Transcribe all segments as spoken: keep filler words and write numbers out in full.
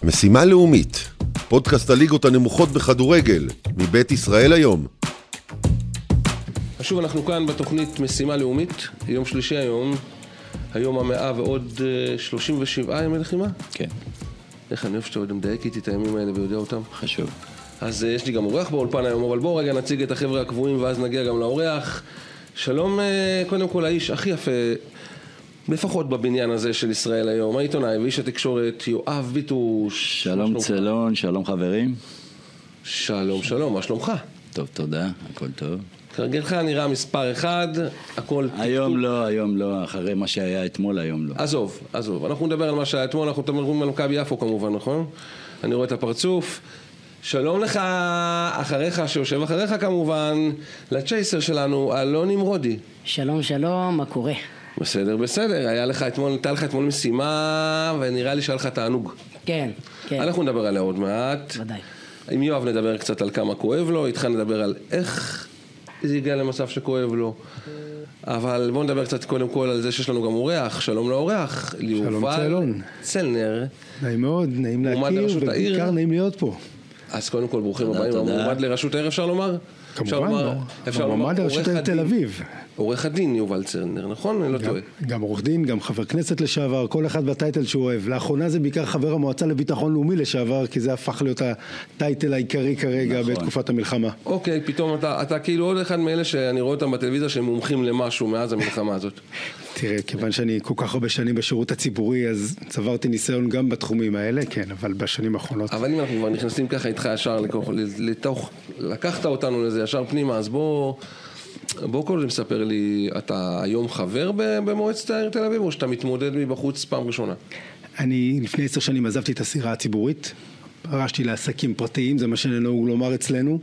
משימה לאומית, פודקאסט הליגות הנמוכות בכדורגל, מבית ישראל היום. שוב אנחנו כאן בתוכנית משימה לאומית, יום שלישי היום, היום המאה ועוד שלושים ושבעה ימי לחימה? כן. איך אני אוהב שאתה עוד מדייק איתי את הימים האלה ויודע אותם? חשוב. אז יש לי גם אורח באולפן היום, אבל בואו רגע נציג את החבר'ה הקבועים ואז נגיע גם לאורח. שלום, קודם כל האיש הכי יפה, לפחות בבניין הזה של ישראל היום, העיתונאי ואיש התקשורת, יואב ביטוש. שלום צלון, שלום חברים. שלום, שלום, מה שלומך? טוב, תודה, הכל טוב. כרגלך נראה מספר אחד, הכל... היום לא, היום לא, אחרי מה שהיה אתמול, היום לא. עזוב, עזוב, אנחנו נדבר על מה שהיה אתמול, אנחנו מדברים על מכבי יפו כמובן, נכון? אני רואה את הפרצוף. שלום לך, אחריך, שיושב אחריך כמובן, לצ'ייסר שלנו, אלון נמרודי. שלום, שלום, מה קורה? בסדר, בסדר, היה לך אתמול, נתן לך אתמול משימה, ונראה לי שהיה לך תענוג. כן, כן. אנחנו נדבר עליה עוד מעט. ודאי. עם יואב נדבר קצת על כמה כואב לו, איתך נדבר על איך זה הגיע למצב שכואב לו. אבל בואו נדבר קצת קודם כל על זה שיש לנו גם אורח. שלום לאורח, ליובל צלנר. נעים מאוד, נעים להכיר, ובעיקר נעים להיות פה. אז קודם כל ברוכים הבאים, המועמד לראשות העיר אפשר לומר? כמובן לא, המועמד לראשות העיר תל אביב. עורך הדין יובל צלנר, נכון? אני לא טועה. גם עורך דין, גם חבר כנסת לשעבר, כל אחד בטייטל שהוא אוהב. לאחרונה זה בעיקר חבר המועצה לביטחון לאומי לשעבר, כי זה הפך להיות הטייטל העיקרי כרגע בתקופת המלחמה. אוקיי, פתאום אתה כאילו עוד אחד מאלה שאני רואה אותם בטלוויזיה שהם מומחים למשהו מאז המלחמה הזאת. תראה, כיוון שאני כל כך הרבה שנים בשירות הציבורי, אז צברתי ניסיון גם בתחומים האלה, כן, אבל בשנים האחרונות. אבל אם אנחנו כבר נכנסים ככה איתך ישר לתוך, לקחת אותנו לזה ישר פנימה, אז בוא, בוא קודם מספר לי, אתה היום חבר במועצת העיר תל אביב, או שאתה מתמודד מבחוץ פעם ראשונה? אני לפני עשר שנים עזבתי את הסירה הציבורית, פרשתי לעסקים פרטיים, זה מה שנהוג לומר אצלנו.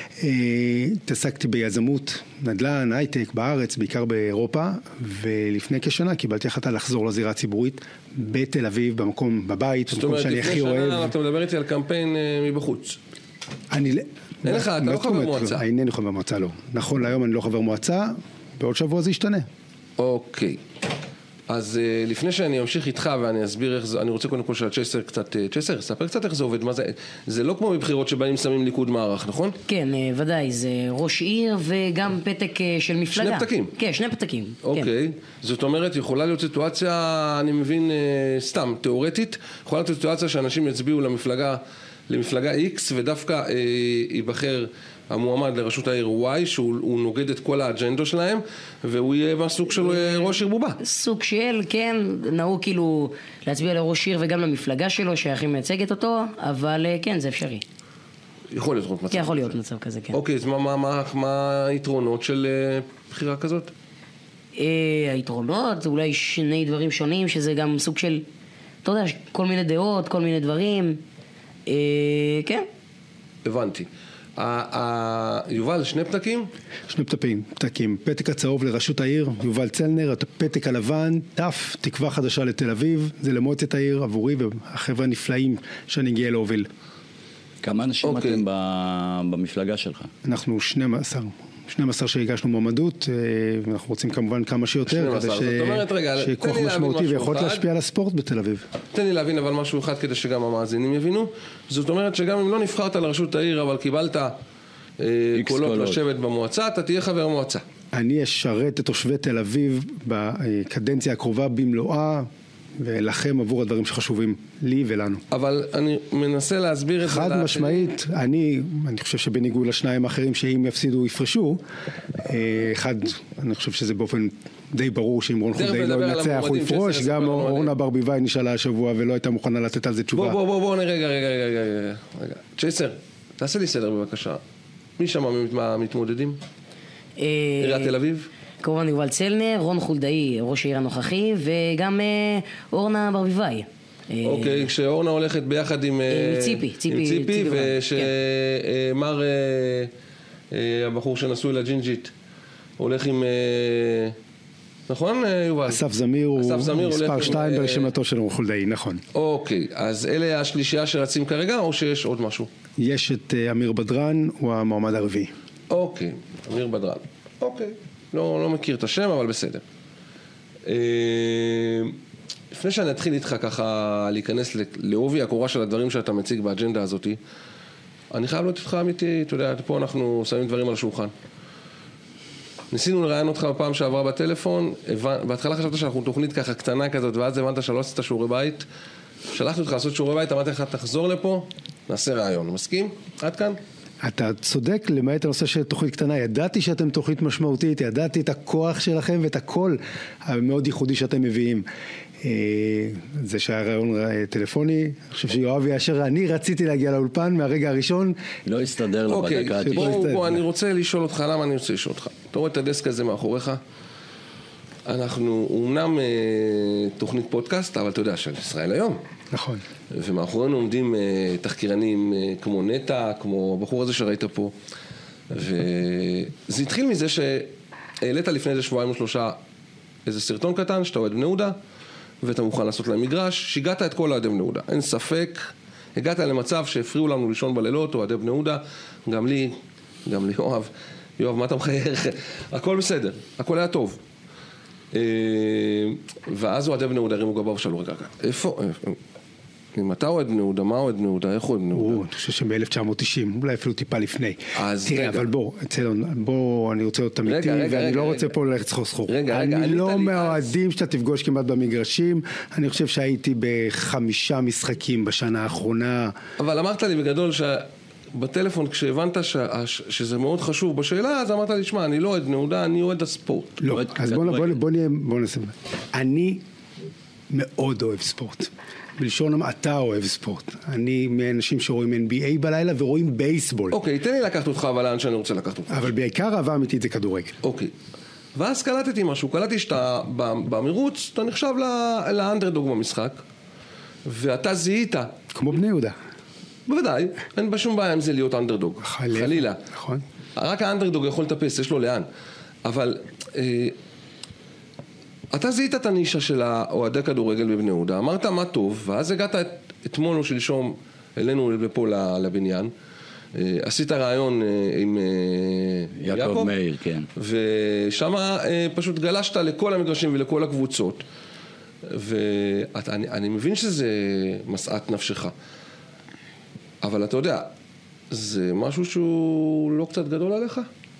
התעסקתי ביזמות, נדל"ן, הייטק בארץ, בעיקר באירופה, ולפני כשנה קיבלתי החלטה לחזור לזירה הציבורית בתל אביב, במקום, בבית, במקום שאני הכי אוהב. זאת אומרת, לפני שנה אתה מדבר איתי על קמפיין מבחוץ. אני... אין לך, אתה לא חבר מועצה. אינני חבר מועצה, לא. נכון, להיום אני לא חבר מועצה, בעוד שבוע זה ישתנה. אוקיי. אז לפני שאני אמשיך איתך ואני אסביר איך זה, אני רוצה קודם כל שהצ'ייסר קצת, צ'ייסר, ספר קצת איך זה עובד, מה זה, זה לא כמו בבחירות שבאים שמים ליכוד מערך, נכון? כן, ודאי, זה ראש עיר וגם פתק של מפלגה. שני פתקים? כן, שני פתקים. אוקיי, זאת אומרת, יכולה להיות סיטואציה, אני מבין, סתם, תיאורטית, יכולה להיות סיטואציה שאנשים יצביעו למפלגה, למפלגה X ודווקא ייבחר המועמד לראשות העיר Y, שהוא נוגד את כל האג'נדו שלהם, והוא יהיה בסוג של ראש עיר בובה. סוג של, כן, נהוג כאילו להצביע לראש עיר וגם למפלגה שלו, שהכי מייצגת אותו, אבל כן, זה אפשרי. יכול להיות מצב. כן, יכול להיות מצב כזה, כן. אוקיי, אז מה, מה, מה, מה היתרונות של בחירה כזאת? היתרונות, אולי שני דברים שונים, שזה גם סוג של, אתה יודע, כל מיני דעות, כל מיני דברים, כן. הבנתי. יובל, שני פתקים? שני פתקים, פתקים. פתק הצהוב לראשות העיר, יובל צלנר, הפתק הלבן, תף, תקווה חדשה לתל אביב, זה למועצת העיר עבורי והחבר'ה הנפלאים שאני גאה להוביל. כמה אנשים אתם במפלגה שלך? אנחנו שנים עשר. שנים עשר שהגשנו מועמדות, ואנחנו רוצים כמובן כמה שיותר, כדי שכוח משמעותי ויכולת להשפיע על הספורט בתל אביב. תן לי להבין אבל משהו אחד כדי שגם המאזינים יבינו. זאת אומרת שגם אם לא נבחרת לראשות העיר, אבל קיבלת קולות לשבת במועצה, אתה תהיה חבר מועצה. אני אשרת את תושבי תל אביב בקדנציה הקרובה במלואה, ולכם עבור הדברים שחשובים לי ולנו. אבל אני מנסה להסביר את זה. חד משמעית, אני, אני חושב שבניגוד לשניים האחרים שאם יפסידו יפרשו, אחד, אני חושב שזה באופן די ברור שאם רון חולדאי לא ינצח הוא יפרוש, גם אורנה ברביבאי נשאלה השבוע ולא הייתה מוכנה לתת על זה תשובה. בוא, בוא, בוא, רגע, רגע, רגע, רגע. צ'ייסר, תעשה לי סדר בבקשה. מי שם מהמתמודדים? עיריית תל אביב? כמובן יובל צלנר, רון חולדאי, ראש העיר הנוכחי, וגם אורנה ברביבאי. אוקיי, כשאורנה הולכת ביחד עם ציפי, ציפי, ושמר הבחור שנשוי לג'ינג'ית הולך עם, נכון יובל? אסף זמיר הוא מספר שתיים ברשימתו של רון חולדאי, נכון. אוקיי, אז אלה השלישייה שרצים כרגע, או שיש עוד משהו? יש את אמיר בדרן, הוא המועמד הרביעי. אוקיי, אמיר בדרן, אוקיי. לא, לא מכיר את השם, אבל בסדר. לפני שאני אתחיל איתך ככה להיכנס לעובי הקורה של הדברים שאתה מציג באג'נדה הזאת, אני חייב להיות איתך אמיתי, אתה יודע, פה אנחנו שמים דברים על השולחן. ניסינו לראיין אותך בפעם שעברה בטלפון, בהתחלה חשבת שאנחנו תוכנית ככה קטנה כזאת, ואז הבנת שלא עשית שיעורי בית, שלחתי אותך לעשות שיעורי בית, אמרתי לך, תחזור לפה, נעשה ראיון, מסכים? עד כאן? אתה צודק, למעט הנושא של תוכנית קטנה, ידעתי שאתם תוכנית משמעותית, ידעתי את הכוח שלכם ואת הקול המאוד ייחודי שאתם מביאים. זה שהיה רעיון טלפוני, אני חושב שיואב יאשר, אני רציתי להגיע לאולפן מהרגע הראשון. לא הסתדר לו בדקה. אוקיי, בוא, אני רוצה לשאול אותך, למה אני רוצה לשאול אותך? אתה רואה את הדסק הזה מאחוריך? אנחנו אומנם תוכנית פודקאסט, אבל אתה יודע, של ישראל היום. נכון. ומאחורינו עומדים תחקירנים כמו נטע, כמו הבחור הזה שראית פה. וזה התחיל מזה שהעלית לפני איזה שבועיים או שלושה איזה סרטון קטן, שאתה אוהד בני יהודה, ואתה מוכן לעשות להם מגרש, שיגעת את כל אוהדי בני יהודה. אין ספק, הגעת למצב שהפריעו לנו לישון בלילות, אוהדי בני יהודה, גם לי, גם לי יואב. יואב, מה אתה מחייך? הכל בסדר, הכל היה טוב. ואז אוהדי בני יהודה הרימו גבה ושאלו רגע, איפה? אם אתה אוהד בני יהודה, מה אוהד בני יהודה? איך אוהד בני יהודה? אני חושב שב-אלף תשע מאות תשעים, אולי אפילו טיפה לפני. תראה, אבל בוא, בוא, אני רוצה להיות אמיתי, ואני לא רוצה פה ללכת סחור סחור. אני לא מהאוהדים שאתה תפגוש כמעט במגרשים, אני חושב שהייתי בחמישה משחקים בשנה האחרונה. אבל אמרת לי בגדול שבטלפון, כשהבנת שזה מאוד חשוב בשאלה, אז אמרת לי, שמע, אני לא אוהד בני יהודה, אני אוהד הספורט. לא, אז בוא נעשה. אני מאוד אוהב ספורט. בלשון אתה אוהב ספורט. אני מאנשים שרואים אן בי איי בלילה ורואים בייסבול. אוקיי, תן לי לקחת אותך, אבל לאן שאני רוצה לקחת אותך. אבל בעיקר אהבה אמיתית זה כדורגל. אוקיי. ואז קלטתי משהו, קלטתי שאתה במרוץ, אתה נחשב לאנדרדוג במשחק, ואתה זיהית. כמו בני יהודה. בוודאי, אין בשום בעיה עם זה להיות אנדרדוג. חלילה. נכון. רק האנדרדוג יכול לטפס, יש לו לאן. אבל אתה זיהית את הנישה של האוהדי כדורגל בבני יהודה, אמרת מה טוב, ואז הגעת אתמול או שלשום אלינו לפה לבניין, עשית רעיון עם יעקב מאיר, כן. ושם פשוט גלשת לכל המגרשים ולכל הקבוצות, ואני מבין שזה משאת נפשך, אבל אתה יודע, זה משהו שהוא לא קצת גדול עליך?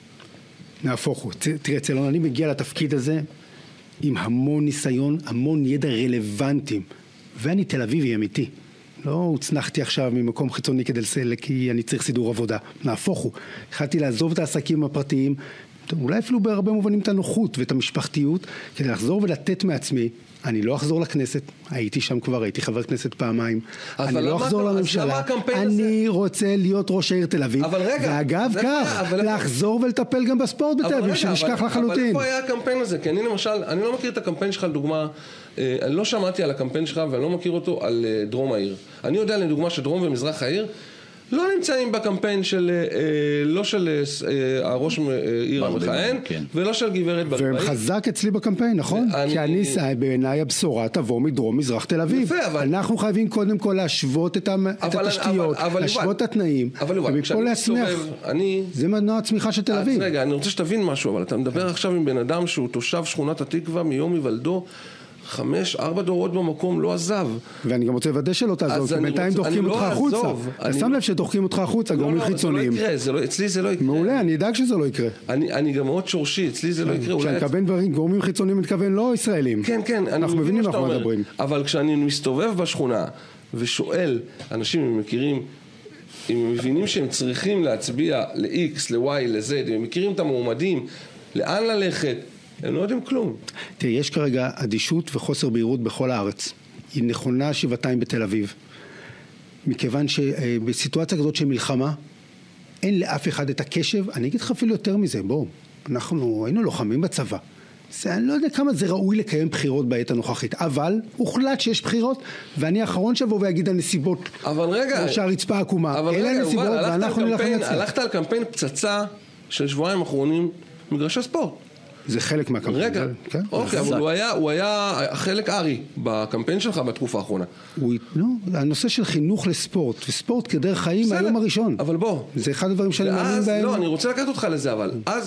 נהפוך הוא, תראה, צלון, אני מגיע לתפקיד הזה עם המון ניסיון, המון ידע רלוונטיים, ואני תל אביבי אמיתי. לא הוצנחתי עכשיו ממקום חיצוני כדי לסלק, כי אני צריך סידור עבודה. נהפוך הוא. החלטתי לעזוב את העסקים הפרטיים, אולי אפילו בהרבה מובנים את הנוחות ואת המשפחתיות, כדי לחזור ולתת מעצמי. אני לא אחזור לכנסת, הייתי שם כבר, הייתי חבר כנסת פעמיים, אני לא אחזור לממשלה, אני רוצה להיות ראש העיר תל אביב, ואגב כך, לחזור ולטפל גם בספורט בתל אביב, שנשכח לחלוטין. אבל איפה היה הקמפיין הזה? כי אני למשל, אני לא מכיר את הקמפיין שלך לדוגמה, אני לא שמעתי על הקמפיין שלך ואני לא מכיר אותו על דרום העיר. אני יודע לדוגמה שדרום ומזרח העיר, לא נמצאים בקמפיין של, לא של הראש עיר המכהן, ולא של גברת ברבאי. והם חזק אצלי בקמפיין, נכון? כי אני, בעיניי הבשורה תבוא מדרום מזרח תל אביב. אנחנו חייבים קודם כל להשוות את התשתיות, להשוות את התנאים, ומפה להצמיח. זה מנוע הצמיחה של תל אביב. רגע, אני רוצה שתבין משהו, אבל אתה מדבר עכשיו עם בן אדם שהוא תושב שכונת התקווה מיום היוולדו, חמש, ארבע דורות במקום לא עזב. ואני גם רוצה לוודא שלא תעזוב, כי בינתיים דוחקים אותך החוצה. אתה שם לב שדוחקים אותך החוצה, גורמים חיצוניים. זה לא יקרה, אצלי זה לא יקרה. מעולה, אני אדאג שזה לא יקרה. אני גם מאוד שורשי, אצלי זה לא יקרה. כשאני מכוון דברים, גורמים חיצוניים מתכוון לא ישראלים. כן, כן. אנחנו מבינים אנחנו מדברים. אבל כשאני מסתובב בשכונה ושואל, אנשים הם מכירים, הם מבינים שהם צריכים להצביע ל-X, ל-Y, ל-Z, הם מכירים את המועמדים, לאן ללכת, הם לא יודעים כלום. תראה, יש כרגע אדישות וחוסר בהירות בכל הארץ. היא נכונה שבעתיים בתל אביב. מכיוון שבסיטואציה כזאת של מלחמה, אין לאף אחד את הקשב. אני אגיד לך אפילו יותר מזה, בואו, אנחנו היינו לוחמים בצבא. זה, אני לא יודע כמה זה ראוי לקיים בחירות בעת הנוכחית, אבל הוחלט שיש בחירות, ואני האחרון שבוא ויגיד הנסיבות. אבל רגע, שהרצפה עקומה. אלה הנסיבות, ואנחנו נלך לנצח. הלכת על קמפיין פצצה של שבועיים האחרונים, מגרשי ספורט. זה חלק מהקמפיין. רגע, כן? אוקיי, אבל הוא היה, הוא היה חלק ארי בקמפיין שלך בתקופה האחרונה. הוא, לא, הנושא של חינוך לספורט, וספורט כדרך חיים מהיום הראשון. אבל בוא. זה אחד הדברים שאני מאמין בהם. לא, אני רוצה לקחת אותך לזה, אבל אז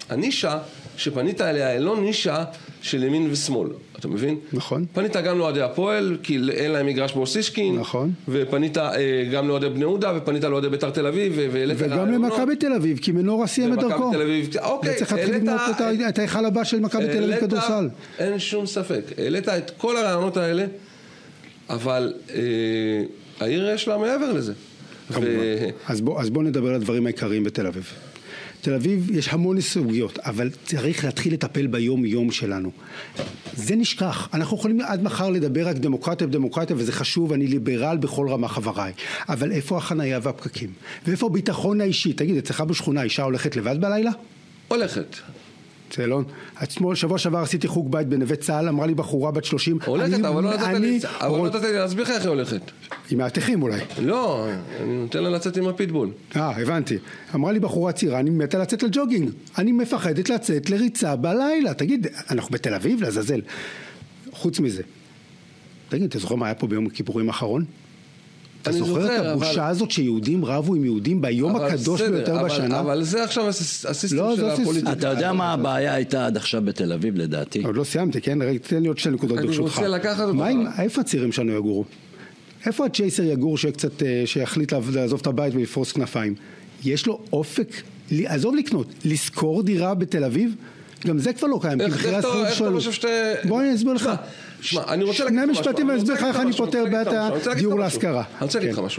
הנישה שפנית אליה היא לא נישה של ימין ושמאל, אתה מבין? נכון. פנית גם לאוהדי הפועל, כי אין להם מגרש באוסישקין. נכון. ופנית אה, גם לאוהדי בני יהודה, ופנית לאוהדי ביתר תל אביב, וגם למכבי תל אביב, כי מנורה סיים את דרכו. תל אביב, אוקיי. וצריך להתחיל לבנות את ההיכל הבא של מכבי תל אביב כדורסל. אין שום ספק. העלית את כל הרעיונות האלה, אבל אה, העיר יש לה מעבר לזה. כמובן. ו... אז בוא, אז בוא נדבר על הדברים העיקריים בתל אביב. תל אביב יש המון סוגיות, אבל צריך להתחיל לטפל ביום יום שלנו. זה נשכח. אנחנו יכולים עד מחר לדבר רק דמוקרטיה ודמוקרטיה, וזה חשוב, אני ליברל בכל רמה חבריי. אבל איפה החנייה והפקקים? ואיפה הביטחון האישי? תגיד, אצלך בשכונה אישה הולכת לבד בלילה? הולכת. צלון, עצמו שבוע שעבר עשיתי חוג בית בנווה צהל, אמרה לי בחורה בת שלושים. הולכת, אבל לא נתת לי להסביר לך איך היא הולכת. עם מאבטחים אולי. לא, אני נותן לה לצאת עם הפיטבול. אה, הבנתי. אמרה לי בחורה צעירה, אני מתה לצאת לג'וגינג. אני מפחדת לצאת לריצה בלילה. תגיד, אנחנו בתל אביב? לעזאזל. חוץ מזה. תגיד, אתה זוכר מה היה פה ביום הכיפורים האחרון? אתה זוכר את הבושה הזאת שיהודים רבו עם יהודים ביום הקדוש ביותר בשנה? אבל זה עכשיו הסיסטם של הפוליטיקה. אתה יודע מה הבעיה הייתה עד עכשיו בתל אביב לדעתי? עוד לא סיימתי, כן? תן לי עוד שתי נקודות ברשותך. אני רוצה לקחת אותך. איפה הצירים שלנו יגורו? איפה הצ'ייסר יגור שקצת, שיחליט לעזוב את הבית ולפרוס כנפיים? יש לו אופק, עזוב לקנות, לשכור דירה בתל אביב? גם זה כבר לא קיים. איך אתה חושב שאתה... בוא אני אסביר לך. שמע, אני רוצה להגיד לך משהו. שני משפטים אני אסביר לך איך אני פותר בעיית הדיור להשכרה. אני רוצה להגיד לך משהו.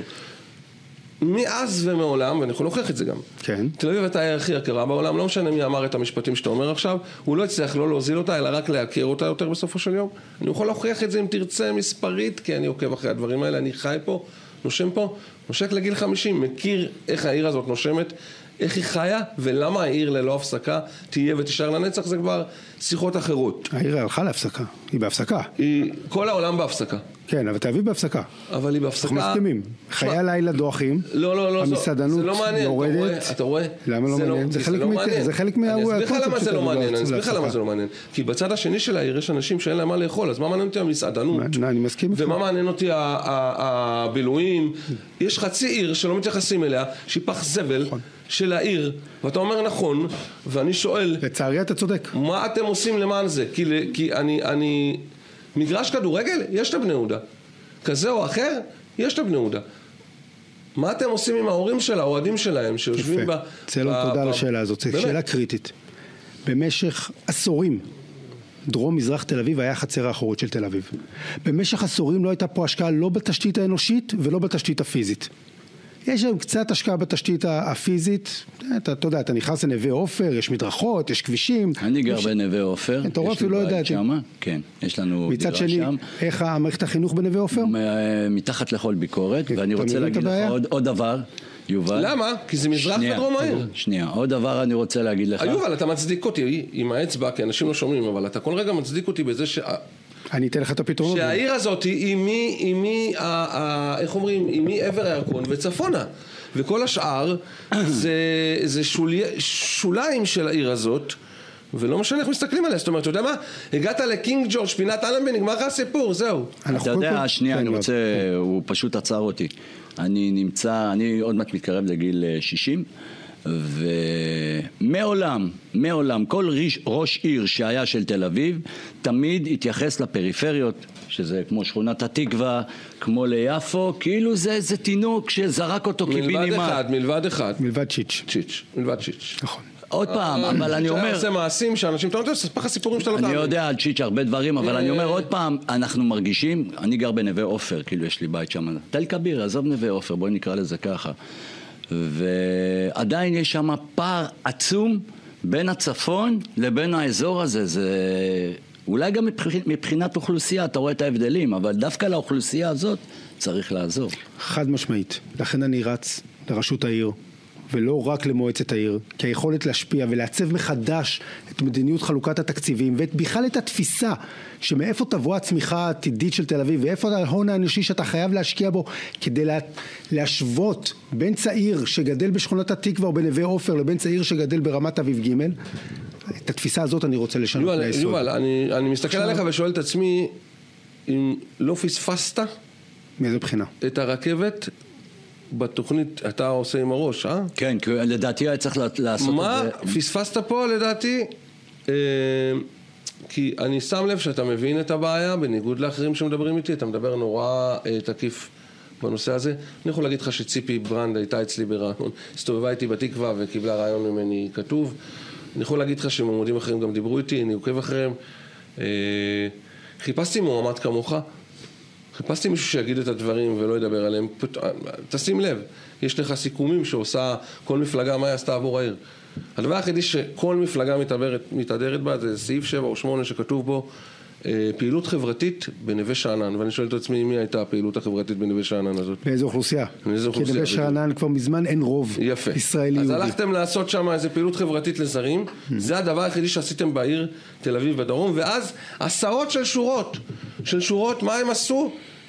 מאז ומעולם, ואני יכול להוכיח את זה גם. כן. תל אביב הייתה העיר הכי יקרה בעולם, לא משנה מי אמר את המשפטים שאתה אומר עכשיו, הוא לא הצליח לא להוזיל אותה, אלא רק להכיר אותה יותר בסופו של יום. אני יכול להוכיח את זה אם תרצה מספרית, כי אני עוקב אחרי הדברים האלה, אני חי פה, נושם פה, נושק לגיל חמישים, מכיר איך העיר הזאת נושמת, איך היא חיה, ולמה העיר ללא הפסקה תהיה ותישאר לנצח, זה כבר שיחות אחרות. העיר הלכה להפסקה, היא בהפסקה. היא, כל העולם בהפסקה. כן, אבל תל אביב בהפסקה. אבל היא בהפסקה. אנחנו מסכימים. חיי הלילה דוחים. לא, לא, לא. המסעדנות זה לא מעניין, יורדת. אתה רואה? למה לא מעניין? זה חלק מהאירוע. אני אסביר לך למה זה לא מעניין. אני אסביר לך למה זה לא מעניין. כי בצד השני של העיר יש אנשים שאין להם מה לאכול, אז מה מעניין אותי המסעדנות? אני מסכים. ומה מעניין אותי הבילויים? יש חצי עיר שלא מתייחסים אליה, שהיא פח זבל של העיר, ואתה אומר נכון, ואני שואל, לצערי אתה צודק. מה אתם עושים למען זה? כי אני, אני, מגרש כדורגל, יש לבני יהודה. כזה או אחר, יש לבני יהודה. מה אתם עושים עם ההורים של האוהדים שלהם, שיושבים ב... צלון, תודה על השאלה הזאת, זו שאלה קריטית. במשך עשורים, דרום מזרח תל אביב היה חצר האחורית של תל אביב. במשך עשורים לא הייתה פה השקעה לא בתשתית האנושית ולא בתשתית הפיזית. יש היום קצת השקעה בתשתית הפיזית, אתה, אתה יודע, אתה נכנס לנווה עופר, יש מדרכות, יש כבישים. אני גר בנווה עופר, יש לי בית שם, כן, יש לנו דירה שם. מצד שני, איך המערכת החינוך בנווה עופר? מתחת לכל ביקורת, ואני רוצה להגיד לך עוד, עוד דבר, יובל. למה? כי זה מזרח ודרום העיר. שנייה, עוד דבר אני רוצה להגיד לך. יובל, אתה מצדיק אותי עם האצבע, כי אנשים לא שומעים, אבל אתה כל רגע מצדיק אותי בזה ש... אני אתן לך את הפתרונות. שהעיר הזאת היא מי, היא מי, איך אומרים, היא מי עבר הירקון וצפונה. וכל השאר זה, זה שולי, שוליים של העיר הזאת, ולא משנה איך מסתכלים עליה. זאת אומרת, אתה יודע מה? הגעת לקינג ג'ורג' פינת אלנבי, נגמר לך הסיפור, זהו. אתה יודע, שנייה, אני רוצה, הוא פשוט עצר אותי. אני נמצא, אני עוד מעט מתקרב לגיל שישים, ומעולם, מעולם, כל ראש, ראש עיר שהיה של תל אביב, תמיד התייחס לפריפריות, שזה כמו שכונת התקווה, כמו ליפו, כאילו זה, זה תינוק שזרק אותו קיבינימה. מלבד אחד, מלבד אחד. מלבד צ'יץ'. צ'יץ', מלבד צ'יץ'. נכון. עוד פעם, אבל אני אומר... שעושה מעשים שאנשים, אתה לא יודע, ספח הסיפורים שאתה לא תאמין. אני יודע על צ'יץ' הרבה דברים, אבל אני אומר עוד פעם, אנחנו מרגישים, אני גר בנווה עופר, כאילו יש לי בית שם, תל כביר, עזוב נווה עופר, בואי נקרא לזה ככה. ועדיין יש שם פער עצום בין הצפון לבין האזור הזה. זה אולי גם מבחינת אוכלוסייה, אתה רואה את ההבדלים, אבל דווקא לאוכלוסייה הזאת צריך לעזור. חד משמעית. לכן אני רץ לרשות העיר, ולא רק למועצת העיר, כי היכולת להשפיע ולעצב מחדש את מדיניות חלוקת התקציבים, ובכלל את התפיסה שמאיפה תבוא הצמיחה העתידית של תל אביב, ואיפה ההון האנושי שאתה חייב להשקיע בו, כדי לה, להשוות בין צעיר שגדל בשכונת התקווה או בנווה עופר, לבין צעיר שגדל ברמת אביב ג'. את התפיסה הזאת אני רוצה לשנות יובל, מהיסוד. יובל, אני, אני מסתכל עליך ושואל את עצמי, אם לא פספסת מאיזה בחינה? את הרכבת בתוכנית אתה עושה עם הראש, אה? כן, כי לדעתי היה צריך לעשות מה את זה. מה פספסת פה לדעתי? כי אני שם לב שאתה מבין את הבעיה, בניגוד לאחרים שמדברים איתי, אתה מדבר נורא תקיף בנושא הזה. אני יכול להגיד לך שציפי ברנד הייתה אצלי ברעיון, הסתובבה איתי בתקווה וקיבלה רעיון ממני כתוב. אני יכול להגיד לך שמעמודים אחרים גם דיברו איתי, אני עוקב אחריהם. חיפשתי מועמד כמוך, חיפשתי מישהו שיגיד את הדברים ולא ידבר עליהם. תשים לב, יש לך סיכומים שעושה כל מפלגה מה היא עשתה עבור העיר. הדבר היחידי שכל מפלגה מתהדרת בה זה סעיף שבע או שמונה שכתוב בו פעילות חברתית בנווה שאנן, ואני שואל את עצמי מי הייתה הפעילות החברתית בנווה שאנן הזאת. באיזו אוכלוסייה? באיזו אוכלוסייה? כי נווה שאנן כבר מזמן אין רוב יפה. ישראלי אז יהודי. הלכתם לעשות שם איזו פעילות חברתית לזרים, זה הדבר היחידי שעשיתם בעיר תל אביב בדרום, ואז עשרות של שורות, של שורות, מה הם עשו?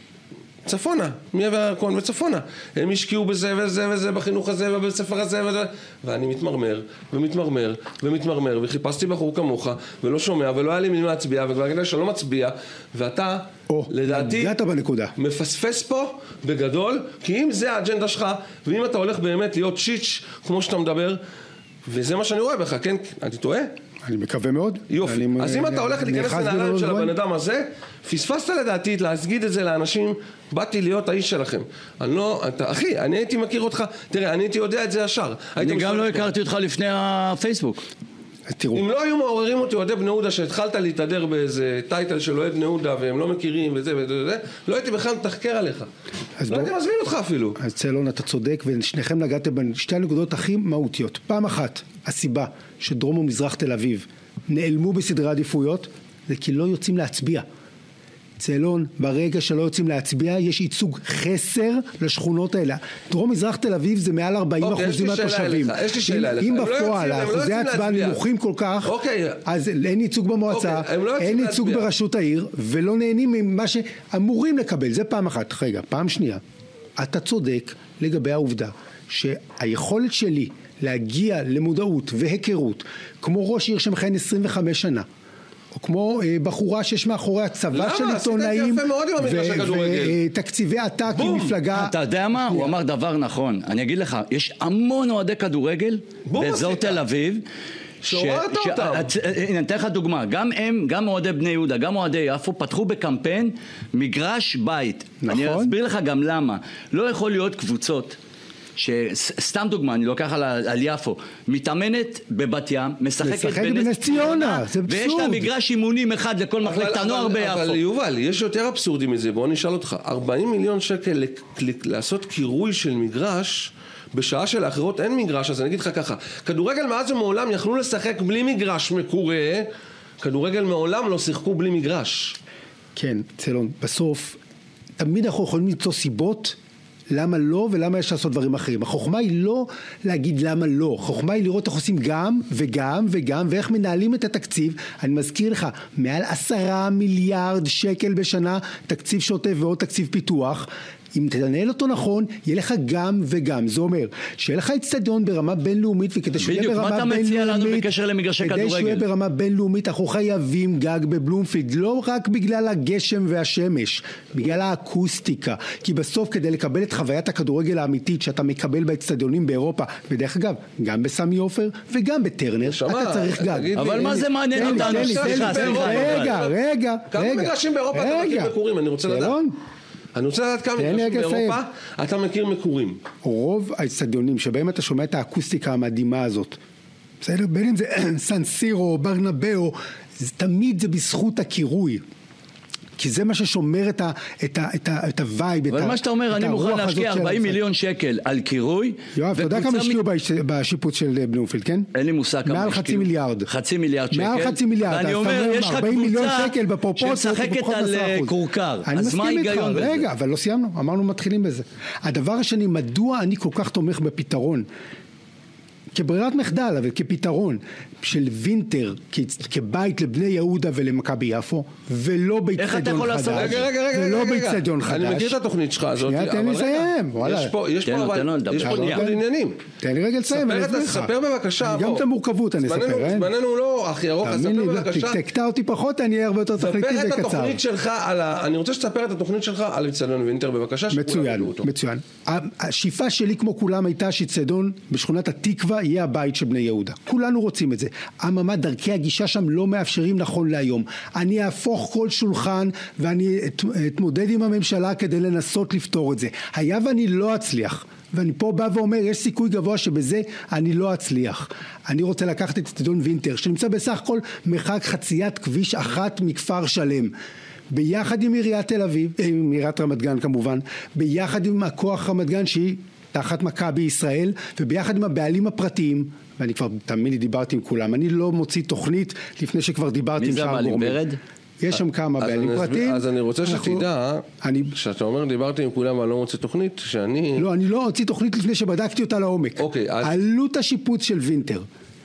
צפונה, מעבר הירקון וצפונה. הם השקיעו בזה וזה וזה, בחינוך הזה ובבית ספר הזה וזה. ואני מתמרמר ומתמרמר ומתמרמר, וחיפשתי בחור כמוך, ולא שומע, ולא היה לי מי להצביע, וכבר כדי שלא מצביע, ואתה, או, לדעתי, הגעת בנקודה. מפספס פה בגדול, כי אם זה האג'נדה שלך, ואם אתה הולך באמת להיות שיץ' כמו שאתה מדבר, וזה מה שאני רואה בך, כן? אני טועה? אני מקווה מאוד. יופי. אני, אז אם אתה הולך להיכנס לנעליים של הבן אדם הזה, פספסת לדעתי להגיד את זה לאנשים, באתי להיות האיש שלכם. אני לא, אתה, אחי, אני הייתי מכיר אותך, תראה, אני הייתי יודע את זה ישר. אני גם לא הכרתי אותך לפני הפייסבוק. תראו. אם לא היו מעוררים אותי אוהדי בני יהודה שהתחלת להתהדר באיזה טייטל של אוהד בני יהודה והם לא מכירים וזה וזה, לא הייתי בכלל מתחקר עליך. לא הייתי מזמין אותך אפילו. אז צלון, אתה צודק, ושניכם נגעתם בשתי הנקודות הכי מהותיות. פעם אחת, הסיבה שדרום ומזרח תל אביב נעלמו בסדרי עדיפויות, זה כי לא יוצאים להצביע. צלון, ברגע שלא יוצאים להצביע, יש ייצוג חסר לשכונות האלה. דרום מזרח תל אביב זה מעל ארבעים אחוזים מהתושבים. יש לי שאלה אליך. אם בפועל האחוזי הצבעה נמוכים כל כך, אז אין ייצוג במועצה, אין ייצוג בראשות העיר, ולא נהנים ממה שאמורים לקבל. זה פעם אחת. רגע, פעם שנייה. אתה צודק לגבי העובדה שהיכולת שלי להגיע למודעות והיכרות, כמו ראש עיר שמכהן עשרים וחמש שנה, או כמו בחורה שיש מאחורי הצבא של עיתונאים ותקציבי עתק עם מפלגה. אתה יודע מה? הוא אמר דבר נכון. אני אגיד לך, יש המון אוהדי כדורגל באזור תל אביב שעוררת אותם. אני אתן לך דוגמה, גם הם, גם אוהדי בני יהודה, גם אוהדי יפו, פתחו בקמפיין מגרש בית. אני אסביר לך גם למה. לא יכול להיות קבוצות שסתם דוגמה, אני לוקח על, על יפו, מתאמנת בבת ים, משחקת בנס ציונה, ויש לה מגרש אימונים אחד לכל מחלקת הנוער ביפו. אבל יובל, יש יותר אבסורדי מזה, בוא נשאל אותך, ארבעים מיליון שקל לעשות קירוי של מגרש, בשעה שלאחרות אין מגרש, אז אני אגיד לך ככה, כדורגל מאז ומעולם יכלו לשחק בלי מגרש מקורה, כדורגל מעולם לא שיחקו בלי מגרש. כן, צלון, בסוף, תמיד אנחנו יכולים למצוא סיבות, למה לא ולמה יש לעשות דברים אחרים. החוכמה היא לא להגיד למה לא, החוכמה היא לראות איך עושים גם וגם וגם ואיך מנהלים את התקציב. אני מזכיר לך, מעל עשרה מיליארד שקל בשנה תקציב שוטף ועוד תקציב פיתוח. אם תנהל אותו נכון, יהיה לך גם וגם. זה אומר, שיהיה לך אצטדיון ברמה בינלאומית, וכדי שהוא יהיה ברמה בינלאומית, בדיוק, מה אתה מציע לנו בקשר למגרשי כדורגל? כדי שהוא יהיה ברמה בינלאומית, אנחנו חייבים גג בבלומפילד, לא רק בגלל הגשם והשמש, בגלל האקוסטיקה. כי בסוף, כדי לקבל את חוויית הכדורגל האמיתית, שאתה מקבל באצטדיונים באירופה, ודרך אגב, גם בסמי עופר, וגם בטרנר, אתה צריך גג. אבל מה זה מעניין אותנו? רגע, רגע, כמה מגרשים באירופה אתה מכיר מקורים? אני רוצה לדעת. אני רוצה לדעת כמה מגרשים באירופה אתה מכיר מקורים. רוב האצטדיונים שבהם אתה שומע את האקוסטיקה המדהימה הזאת, בסדר? בין אם זה סן סירו, ברנבאו, תמיד זה בזכות הקירוי. כי זה מה ששומר את ה, את ה, את ה, את הווייב, אבל מה שאתה אומר, אני מוכן להשקיע ארבעים מיליון שקל על קירוי. יואב, אתה יודע כמה השקיעו בשיפוץ של בלומפילד, כן? אין לי מושג כמה מעל חצי מיליארד. חצי מיליארד שקל. מעל חצי מיליארד. ואני אומר, יש לך קבוצה שמשחקת על קורקר. אז מה ההיגיון בזה? רגע, אבל לא סיימנו, אמרנו מתחילים בזה. הדבר השני, מדוע אני כל כך תומך בפתרון? כברירת מחדל, אבל כפתרון של וינטר, כבית לבני יהודה ולמכבי יפו, ולא באצטדיון חדש. רגע, רגע, רגע, ולא רגע, באצטדיון חדש. אני מכיר את התוכנית שלך הזאת. שנייה, תן לי לסיים. יש פה, יש פה, אבל, יש פה ניגוד עניינים. תן לי רגע לסיים, אני אסביר לך. ספר בבקשה. גם את המורכבות אני אספר, אין? זמננו לא הכי ארוך, אז ספר בבקשה. תקטע אותי פחות, אני אהיה הרבה יותר תכליתי וקצר. ספר את התוכנית שלך על ה... אני רוצה שתספר את התוכנית שלך על אצטדיון וינטר, בבקשה. מצוין, מצוין. השאיפה שלי כמו כולם הייתה שאצטדיון בשכונת התקווה יהיה הבית של בני יהודה. כולנו רוצים את זה. אממה, דרכי הגישה שם לא מאפשרים נכון להיום. אני אהפוך כל שולחן ואני אתמודד עם הממשלה כדי לנסות לפתור את זה. היה ואני לא אצליח. ואני פה בא ואומר, יש סיכוי גבוה שבזה אני לא אצליח. אני רוצה לקחת את אצטדיון וינטר, שנמצא בסך הכל מרחק חציית כביש אחת מכפר שלם. ביחד עם עיריית תל אביב, עם עיריית רמת גן כמובן, ביחד עם הכוח רמת גן שהיא תחת מכבי ישראל, וביחד עם הבעלים הפרטיים, ואני כבר תמיד דיברתי עם כולם, אני לא מוציא תוכנית לפני שכבר דיברתי עם שאר גורמים. מי זה הבעלים? ברד? יש שם כמה בעלים פרטיים. אז אני רוצה שתדע, שאתה אומר דיברתי עם כולם ואני לא מוציא תוכנית, שאני... לא, אני לא הוציא תוכנית לפני שבדקתי אותה לעומק. אוקיי, אז... עלות השיפוץ של וינטר,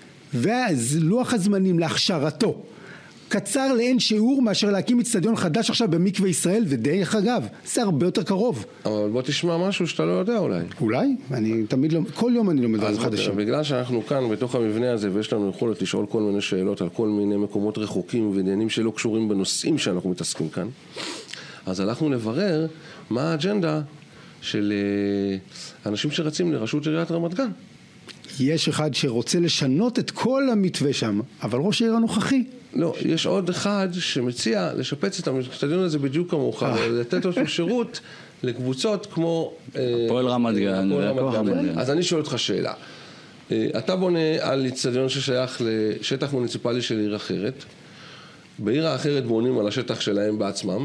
ולוח הזמנים להכשרתו, קצר לאין שיעור מאשר להקים אצטדיון חדש עכשיו במקווה ישראל, ודרך אגב, זה הרבה יותר קרוב. אבל בוא תשמע משהו שאתה לא יודע אולי. אולי? אני תמיד לא, כל יום אני לא מדבר חדשים. בגלל שאנחנו כאן בתוך המבנה הזה, ויש לנו יכולת לשאול כל מיני שאלות על כל מיני מקומות רחוקים ועניינים שלא קשורים בנושאים שאנחנו מתעסקים כאן, אז הלכנו לברר מה האג'נדה של אנשים שרצים לראשות עיריית רמת גן. יש אחד שרוצה לשנות את כל המתווה שם, אבל ראש העיר הנוכחי לא, יש עוד אחד שמציע לשפץ את האצטדיון הזה בדיוק כמוך, ולתת אותו שירות לקבוצות כמו... הפועל רמת גן. אז אני שואל אותך שאלה. אתה בונה על אצטדיון ששייך לשטח מוניציפלי של עיר אחרת, בעיר האחרת בונים על השטח שלהם בעצמם,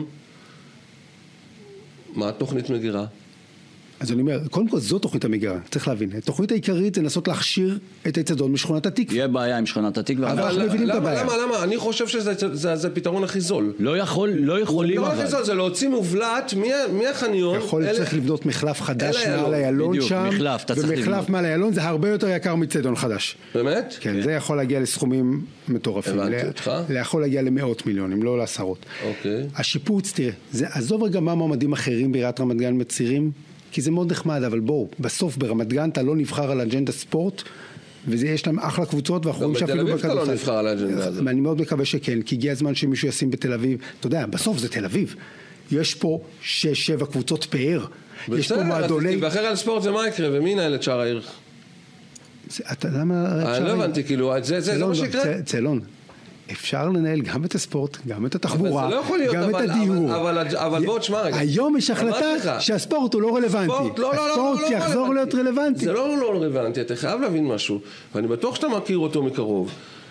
מה התוכנית מגירה? אז אני אומר, קודם כל זו תוכנית המגירה, צריך להבין. התוכנית העיקרית זה לנסות להכשיר את האצטדיון משכונת התקווה. יהיה בעיה עם שכונת התקווה. אבל אנחנו מבינים את הבעיה. למה, למה? אני חושב שזה הפתרון הכי זול. לא יכול, לא יכולים אבל. הפתרון הכי זול זה להוציא מובלט מהחניון. יכול צריך לבנות מחלף חדש מעל איילון שם. מחלף, אתה צריך לבנות. ומחלף מעל איילון זה הרבה יותר יקר מאצטדיון חדש. באמת? כן, זה יכול להגיע לסכומים מטורפים. הבנתי אותך. זה יכול להגיע למאות מיליונים, לא לעשרות. אוקיי. השיפוץ, תראה, עזוב רגע מה מועמדים אחרים בעיריית רמת גן מצירים, כי זה מאוד נחמד, אבל בואו, בסוף ברמת גן אתה לא נבחר על אג'נדה ספורט, ויש להם אחלה קבוצות, ואנחנו רואים שאפילו בכדורסל. גם בתל אביב אתה לא נבחר על האג'נדה הזאת. אני מאוד מקווה שכן, כי הגיע הזמן שמישהו ישים בתל אביב, אתה יודע, בסוף זה תל אביב. יש פה שש, שבע קבוצות פאר. יש פה מועדוני... ואחר על ספורט זה מה יקרה, ומי ינהל את שער העיר? אתה, למה... אני לא הבנתי, כאילו, זה מה שיקרה? צלון. אפשר לנהל גם את הספורט, גם את התחבורה, גם את הדיור. אבל בוא תשמע רגע. היום יש החלטה שהספורט הוא לא רלוונטי. הספורט יחזור להיות רלוונטי. זה לא לא רלוונטי, אתה חייב להבין משהו, ואני בטוח שאתה מכיר אותו מקרוב,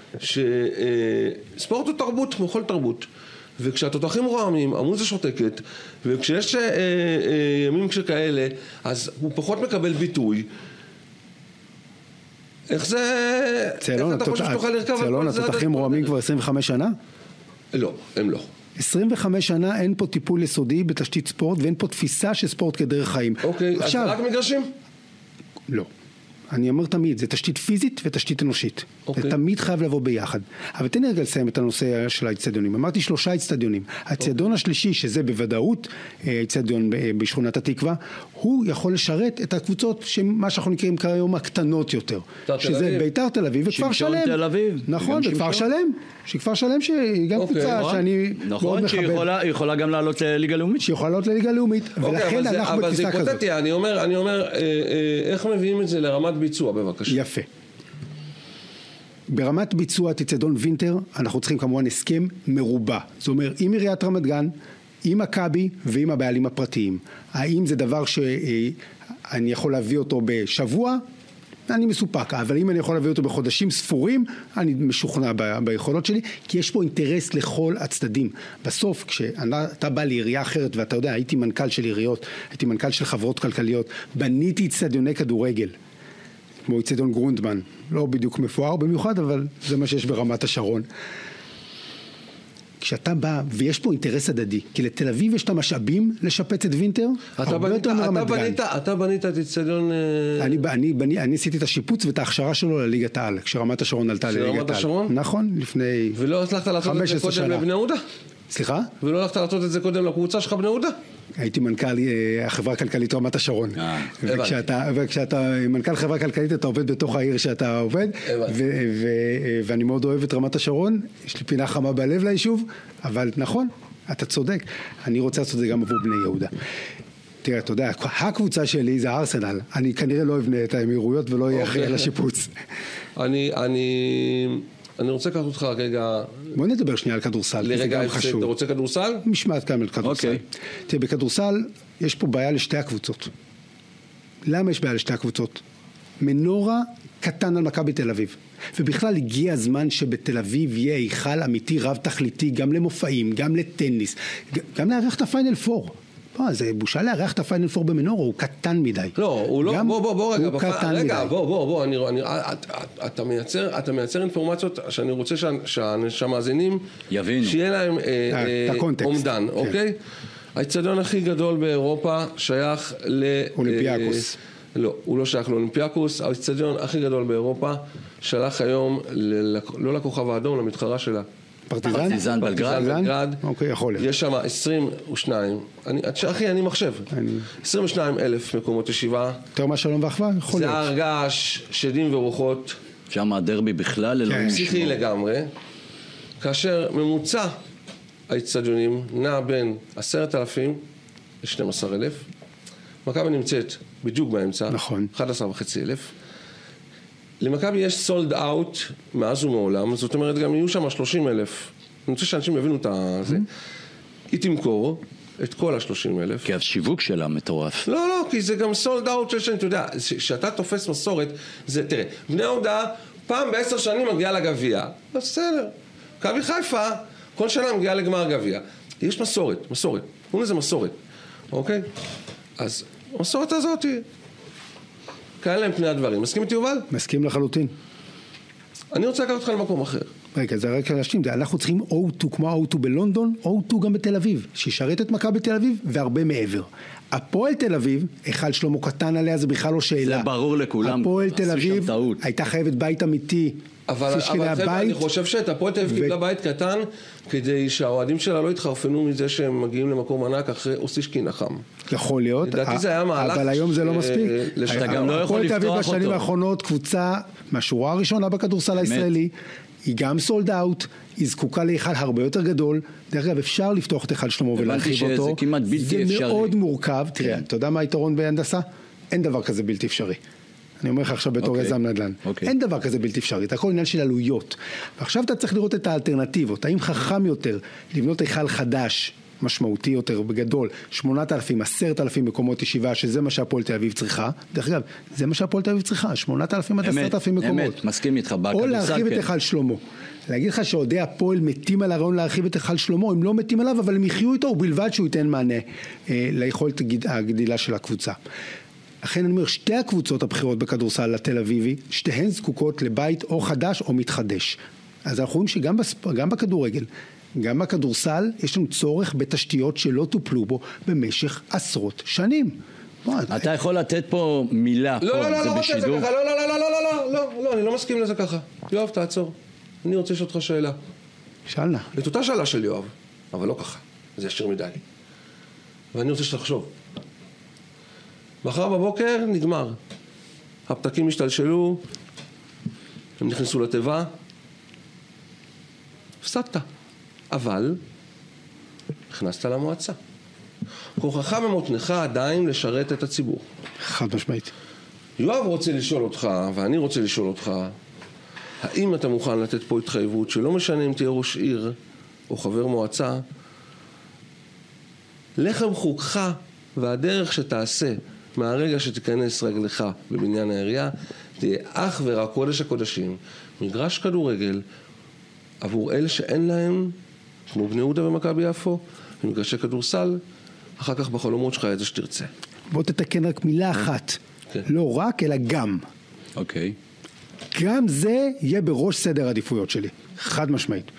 שספורט הוא תרבות כמו כל תרבות, וכשהתותחים רועמים, המוזה שותקת, וכשיש ימים שכאלה, אז הוא פחות מקבל ביטוי. איך זה... צלון, איך אתה חושב שתוכל לרכב על כל זה? התותחים רועמים כבר עשרים וחמש שנה? לא, הם לא. עשרים וחמש שנה אין פה טיפול יסודי בתשתית ספורט, ואין פה תפיסה של ספורט כדרך חיים. אוקיי, אז רק מגרשים? לא. אני אומר תמיד, זה תשתית פיזית ותשתית אנושית. אוקיי. זה תמיד חייב לבוא ביחד. אבל תן לי רגע לסיים את הנושא של האצטדיונים. אמרתי שלושה אצטדיונים. האצטדיון השלישי, שזה בוודאות אצטדיון בשכונת התקווה, הוא יכול לשרת את הקבוצות שמה שאנחנו נקראים כיום הקטנות יותר. שזה ביתר תל אביב וכפר שלם. תל אביב. נכון, וכפר שלם. שכפר שלם שהיא גם קבוצה שאני מאוד מכבד. נכון, שהיא יכולה גם לעלות לליגה לאומית. שהיא יכולה לעלות לליגה לאומית. ולכן אנחנו בתפיסה כזאת. אבל זה היפותטי, אני אומר, אני אומר, איך מביאים את זה לרמת ביצוע, בבקשה. יפה. ברמת ביצוע אצטדיון וינטר, אנחנו צריכים כמובן הסכם מרובע. זאת אומרת, עם עיריית רמת גן, עם מכבי ועם הבעלים הפרטיים. האם זה דבר שאני יכול להביא אותו בשבוע? אני מסופק, אבל אם אני יכול להביא אותו בחודשים ספורים, אני משוכנע ב- ביכולות שלי, כי יש פה אינטרס לכל הצדדים. בסוף, כשאתה בא לעירייה אחרת, ואתה יודע, הייתי מנכ"ל של עיריות, הייתי מנכ"ל של חברות כלכליות, בניתי אצטדיוני כדורגל, כמו אצטדיון גרונדמן, לא בדיוק מפואר במיוחד, אבל זה מה שיש ברמת השרון. כשאתה בא, ויש פה אינטרס הדדי, כי לתל אביב יש את המשאבים לשפץ את וינטר, הרבה יותר מרמת גן. אתה בנית את אצטדיון... אני עשיתי את השיפוץ ואת ההכשרה שלו לליגת העל, כשרמת השרון עלתה לליגת העל. כשרמת השרון? נכון, לפני ולא הצלחת לעשות את זה קודם לבני יהודה? סליחה? ולא הלכת לעשות את זה קודם לקבוצה שלך בני יהודה? הייתי מנכ"ל החברה הכלכלית רמת השרון. וכשאתה, וכשאתה מנכ"ל חברה כלכלית אתה עובד בתוך העיר שאתה עובד, ואני מאוד אוהב את רמת השרון, יש לי פינה חמה בלב ליישוב, אבל נכון, אתה צודק, אני רוצה לעשות את זה גם עבור בני יהודה. תראה, אתה יודע, הקבוצה שלי זה ארסנל, אני כנראה לא אבנה את האמירויות ולא יהיה אחרי לשיפוץ. אני, אני... אני רוצה לקחת אותך רגע... בוא נדבר שנייה על כדורסל, לרגע, אתה רוצה כדורסל? משמעת כאן על כדורסל. תראה, בכדורסל יש פה בעיה לשתי הקבוצות. למה יש בעיה לשתי הקבוצות? מנורה קטן על מכבי תל אביב. ובכלל הגיע הזמן שבתל אביב יהיה היכל אמיתי רב תכליתי, גם למופעים, גם לטניס, גם לארח את הפיינל פור. בוא, זה בושה לארח את הפיינל פור במנורה, הוא קטן מדי. לא, הוא לא, בוא, בוא, בוא, רגע, רגע, בוא, בוא, בוא, אני, אני, אתה מייצר, אתה מייצר אינפורמציות שאני רוצה שהמאזינים יבינו, שיהיה להם אומדן, אוקיי? האצטדיון הכי גדול באירופה שייך לאולימפיאקוס. לא, הוא לא שייך לאולימפיאקוס, האצטדיון הכי גדול באירופה שלח היום, לא לכוכב האדום, למתחרה שלה. פרטיזן? פרטיזן בלגרד. אוקיי, יכול להיות. יש שם עשרים ושתיים, אחי, אני מחשב. עשרים ושניים אלף מקומות ישיבה. יותר מה שלום ואחווה? יכול להיות. זה הרגש, שדים ורוחות. שם הדרבי בכלל אלוהים. פסיכי לגמרי. כאשר ממוצע האצטדיונים נע בין עשרת אלפים ל-שנים עשר אלף. מכבי נמצאת בדיוק באמצע. נכון. אחד עשר וחצי אלף. למכבי יש סולד אאוט מאז ומעולם, זאת אומרת גם יהיו שם שלושים אלף. אני רוצה שאנשים יבינו את זה. היא תמכור את כל ה-שלושים אלף. כי השיווק שלה מטורף. לא, לא, כי זה גם סולד אאוט של שנים, אתה יודע, שאתה תופס מסורת, זה, תראה, בני יהודה פעם בעשר שנים מגיעה לגביע, בסדר. מכבי חיפה, כל שנה מגיעה לגמר גביע. יש מסורת, מסורת, קוראים לזה מסורת, אוקיי? אז המסורת הזאת היא... כאלה להם פני הדברים. מסכים איתי יובל? מסכים לחלוטין. אני רוצה לקחת אותך למקום אחר. רגע, זה רק להשלים. אנחנו צריכים או טו כמו או טו בלונדון, או טו גם בתל אביב, שישרת את מכבי בתל אביב והרבה מעבר. הפועל תל אביב, אחד שלמה קטן עליה, זה בכלל לא שאלה. זה ברור לכולם. הפועל תל אביב הייתה חייבת בית אמיתי. אבל, אבל חבר'ה, אני חושב שאת הפועל תל אביב קיבלה בית קטן, כדי שהאוהדים שלה לא יתחרפנו מזה שהם מגיעים למקום ענק אחרי אוסישקין החם. יכול להיות, לדעתי זה היה מהלך. אבל היום זה לא מספיק. אתה גם לא יכול לפתוח אותו. הפועל תל אביב בשנים האחרונות קבוצה מהשורה הראשונה בכדורסל הישראלי, היא גם סולד אאוט, היא זקוקה להיכל הרבה יותר גדול. דרך אגב, אפשר לפתוח את היכל שלמה ולהרחיב אותו. זה כמעט בלתי אפשרי. זה מאוד מורכב. תראה, אתה יודע מה היתרון בהנדסה? אין דבר כזה בלתי אפשרי. אני אומר לך עכשיו בתור יזם נדל"ן. אין דבר כזה בלתי אפשרי, זה הכל עניין של עלויות. ועכשיו אתה צריך לראות את האלטרנטיבות. האם חכם יותר לבנות היכל חדש, משמעותי יותר, בגדול, שמונת אלפים, עשרת אלפים מקומות ישיבה, שזה מה שהפועל תל אביב צריכה. דרך אגב, זה מה שהפועל תל אביב צריכה, שמונת אלפים עד עשרת אלפים מקומות. אמת, מסכים איתך. או להרחיב את היכל שלמה. להגיד לך שעודי הפועל מתים על הרעיון להרחיב את היכל שלמה, הם לא מתים עליו, אבל הם יחיו איתו, ובלבד שהוא ייתן מענה אה, ליכולת הגדילה של הקבוצה. לכן אני אומר, שתי הקבוצות הבחירות בכדורסל לתל אביבי, שתיהן זקוקות לבית או חדש או מתחדש. אז אנחנו רואים שגם בספ... גם בכדורגל, גם בכדורסל, יש לנו צורך בתשתיות שלא טופלו בו במשך עשרות שנים. אתה יכול לתת פה מילה, לא, לא, לא, לא, לא, לא, לא, לא, לא, לא, לא, לא, אני לא מסכים לזה ככה. יואב, תעצור. אני רוצה לשאול אותך שאלה. שאלנה. את אותה שאלה של יואב, אבל לא ככה. זה ישיר מדי. ואני רוצה שתחשוב. מחר בבוקר נגמר. הפתקים השתלשלו, הם נכנסו לתיבה, הפסדת. אבל נכנסת למועצה. כוחך במותנך עדיין לשרת את הציבור. חד משמעית. יואב רוצה לשאול אותך, ואני רוצה לשאול אותך, האם אתה מוכן לתת פה התחייבות שלא משנה אם תהיה ראש עיר או חבר מועצה, לחם חוקך והדרך שתעשה מהרגע שתיכנס רגלך בבניין העירייה, תהיה אך ורק קודש הקודשים, מגרש כדורגל, עבור אלה שאין להם, כמו בני יהודה ומכבי יפו, ומגרשי כדורסל, אחר כך בחלומות שלך את זה שתרצה. בוא תתקן רק מילה אחת, כן. לא רק אלא גם. אוקיי. גם זה יהיה בראש סדר העדיפויות שלי, חד משמעית.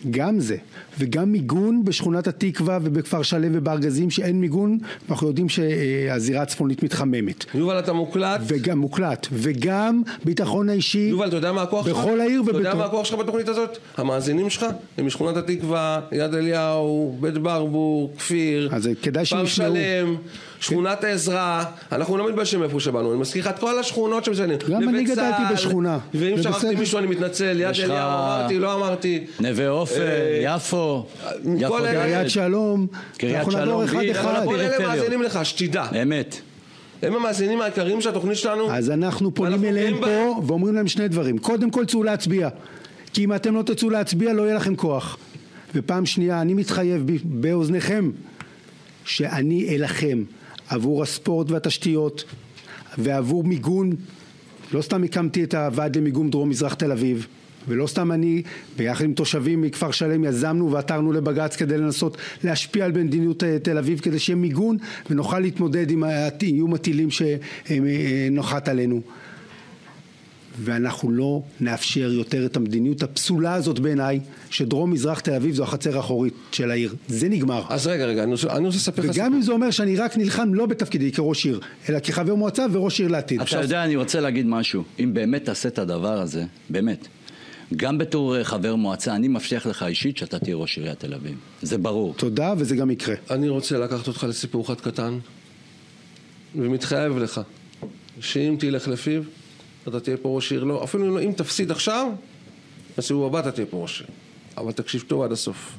גם זה, וגם מיגון בשכונת התקווה ובכפר שלם ובארגזים שאין מיגון, אנחנו יודעים שהזירה הצפונית מתחממת. יובל, אתה מוקלט? וגם מוקלט, וגם ביטחון האישי. יובל, אתה יודע מה הכוח שלך? בכל העיר. אתה יודע מה הכוח שלך בתוכנית הזאת? המאזינים שלך הם משכונת התקווה, יד אליהו, בית ברבור, כפיר, כפר שלם, שכונת עזרא. אנחנו לא מתביישים איפה שבאנו, אני מזכיר לך את כל השכונות שמשנים. גם אני גדלתי בשכונה. ואם שכחתי מישהו אני מתנצל, יד אליהו אמרתי, לא אמרתי. נווה עופר, יפו, קריית שלום. קריית שלום, כל אלה מאזינים לך, שתדע. אמת. הם המאזינים העיקריים של התוכנית שלנו. אז אנחנו פונים אליהם פה ואומרים להם שני דברים. קודם כל צאו להצביע, כי אם אתם לא תצאו להצביע לא יהיה לכם כוח. ופעם שנייה אני מתחייב באוזניכם שאני אלחם עבור הספורט והתשתיות ועבור מיגון. לא סתם הקמתי את הוועד למיגון דרום מזרח תל אביב, ולא סתם אני ביחד עם תושבים מכפר שלם יזמנו ועתרנו לבג"ץ כדי לנסות להשפיע על מדיניות תל אביב כדי שיהיה מיגון ונוכל להתמודד עם איום הטילים שנוחת עלינו. ואנחנו לא נאפשר יותר את המדיניות הפסולה הזאת בעיניי, שדרום מזרח תל אביב זו החצר האחורית של העיר. זה נגמר. אז רגע, רגע, אני רוצה לספר לך... וגם אם זה אומר שאני רק נלחם לא בתפקידי כראש עיר, אלא כחבר מועצה וראש עיר לעתיד. אתה יודע, אני רוצה להגיד משהו. אם באמת תעשה את הדבר הזה, באמת, גם בתור חבר מועצה, אני מבטיח לך אישית שאתה תהיה ראש עיריית תל אביב. זה ברור. תודה, וזה גם יקרה. אני רוצה לקחת אותך לסיפור אחד קטן, ומתחייב לך, שאם תלך לפיו, אתה תהיה פה ראש עיר, לא, אפילו אם תפסיד עכשיו, בסיבוב הבא אתה תהיה פה ראש עיר. אבל תקשיב טוב עד הסוף.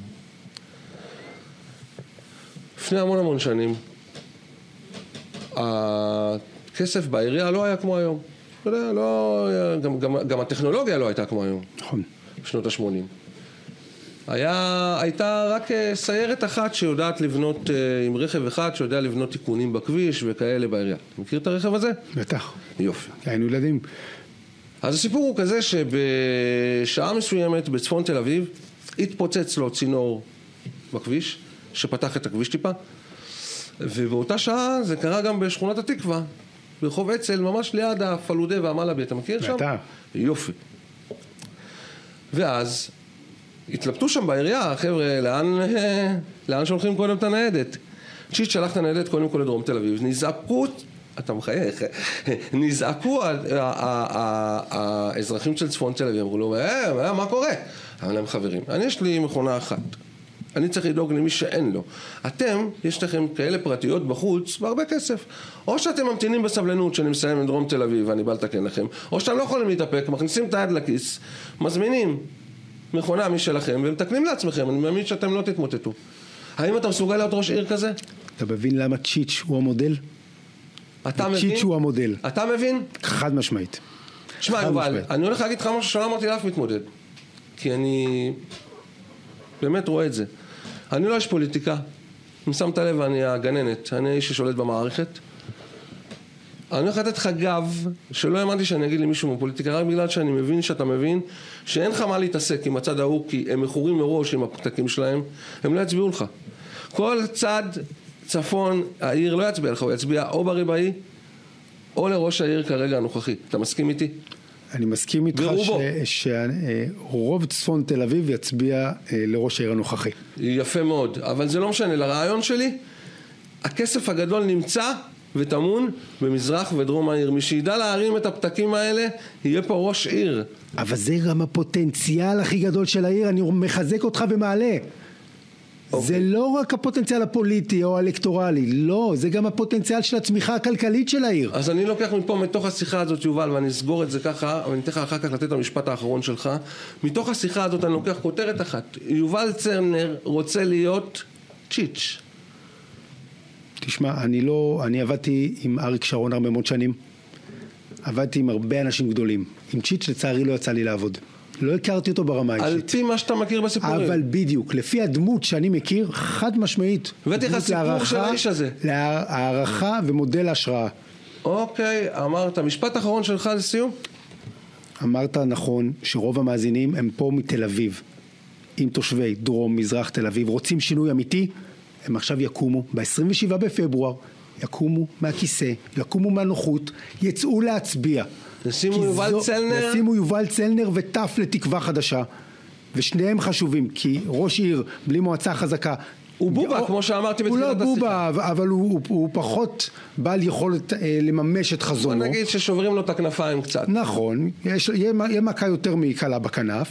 לפני המון המון שנים, הכסף בעירייה לא היה כמו היום. אתה יודע, לא, גם, גם, גם הטכנולוגיה לא הייתה כמו היום. נכון. בשנות ה-שמונים. היה, הייתה רק סיירת אחת שיודעת לבנות, עם רכב אחד שיודע לבנות תיקונים בכביש וכאלה בעירייה. מכיר את הרכב הזה? בטח. יופי. היינו ילדים. אז הסיפור הוא כזה שבשעה מסוימת בצפון תל אביב התפוצץ לו צינור בכביש, שפתח את הכביש טיפה, ובאותה שעה זה קרה גם בשכונת התקווה, ברחוב אצל, ממש ליד הפלודה והמלאבי, אתה מכיר שם? בטח. יופי. ואז התלבטו שם בעירייה, חבר'ה, לאן, לאן שולחים קודם את הניידת? צ'יט שלח את הניידת קודם כל לדרום תל אביב, נזעקו, אתה מחייך, נזעקו האזרחים של צפון תל אביב, אמרו לו, אה, מה קורה? אבל הם חברים, אני יש לי מכונה אחת, אני צריך לדאוג למי שאין לו. אתם, יש לכם כאלה פרטיות בחוץ, בהרבה כסף. או שאתם ממתינים בסבלנות שאני מסיים עם דרום תל אביב, ואני בא לתקן לכם, או שאתם לא יכולים להתאפק, מכניסים את היד לכיס, מזמינים מכונה משלכם, ומתקנים לעצמכם, אני מאמין שאתם לא תתמוטטו. האם אתה מסוגל להיות ראש עיר כזה? אתה מבין למה צ'יץ' הוא המודל? אתה מבין? צ'יץ' הוא המודל. אתה מבין? חד משמעית. שמע, יובל, אני הולך להגיד לך משהו שלא אמרתי לאף מתמודד. כי אני באמת רואה את זה. אני לא איש פוליטיקה. אם שמת לב, אני הגננת. אני האיש ששולט במערכת. אני הולך לתת לך גב, שלא האמנתי שאני אגיד למישהו מפוליטיקה, רק בגלל שאני מבין שאתה מבין שאין לך מה להתעסק עם הצד ההוא, כי הם מכורים מראש עם הפתקים שלהם, הם לא יצביעו לך. כל צד צפון, העיר לא יצביע לך, הוא יצביע או בריבאי, או לראש העיר כרגע הנוכחי. אתה מסכים איתי? אני מסכים איתך שרוב צפון תל אביב יצביע לראש העיר הנוכחי. יפה מאוד, אבל זה לא משנה. לרעיון שלי, הכסף הגדול נמצא ותמון במזרח ודרום העיר. מי שידע להרים את הפתקים האלה, יהיה פה ראש עיר. אבל זה גם הפוטנציאל הכי גדול של העיר, אני מחזק אותך ומעלה. Okay. זה לא רק הפוטנציאל הפוליטי או האלקטורלי, לא, זה גם הפוטנציאל של הצמיחה הכלכלית של העיר. אז אני לוקח מפה, מתוך השיחה הזאת, יובל, ואני אסגור את זה ככה, ואני אתן לך אחר כך לתת את המשפט האחרון שלך. מתוך השיחה הזאת אני לוקח כותרת אחת. יובל צלנר רוצה להיות צ'יץ'. תשמע, אני לא, אני עבדתי עם אריק שרון הרבה מאוד שנים. עבדתי עם הרבה אנשים גדולים. עם צ'יץ' לצערי לא יצא לי לעבוד. לא הכרתי אותו ברמה האישית. על פי מה שאתה מכיר בסיפורים. אבל בדיוק, לפי הדמות שאני מכיר, חד משמעית. הבאתי לך סיפור של האיש הזה. להערכה ומודל השראה. אוקיי, אמרת, משפט אחרון שלך לסיום? אמרת נכון שרוב המאזינים הם פה מתל אביב. עם תושבי דרום, מזרח תל אביב, רוצים שינוי אמיתי, הם עכשיו יקומו, ב-עשרים ושבעה בפברואר, יקומו מהכיסא, יקומו מהנוחות, יצאו להצביע. נשימו יובל צלנר. נשימו יובל צלנר וטף לתקווה חדשה. ושניהם חשובים, כי ראש עיר בלי מועצה חזקה, הוא בובה, כמו שאמרתי בתחילת השיחה. הוא לא בובה, אבל הוא, הוא, הוא פחות בעל יכולת אה, לממש את חזונו. בוא נגיד ששוברים לו את הכנפיים קצת. נכון, יש, יהיה, יהיה מכה יותר מקלה בכנף,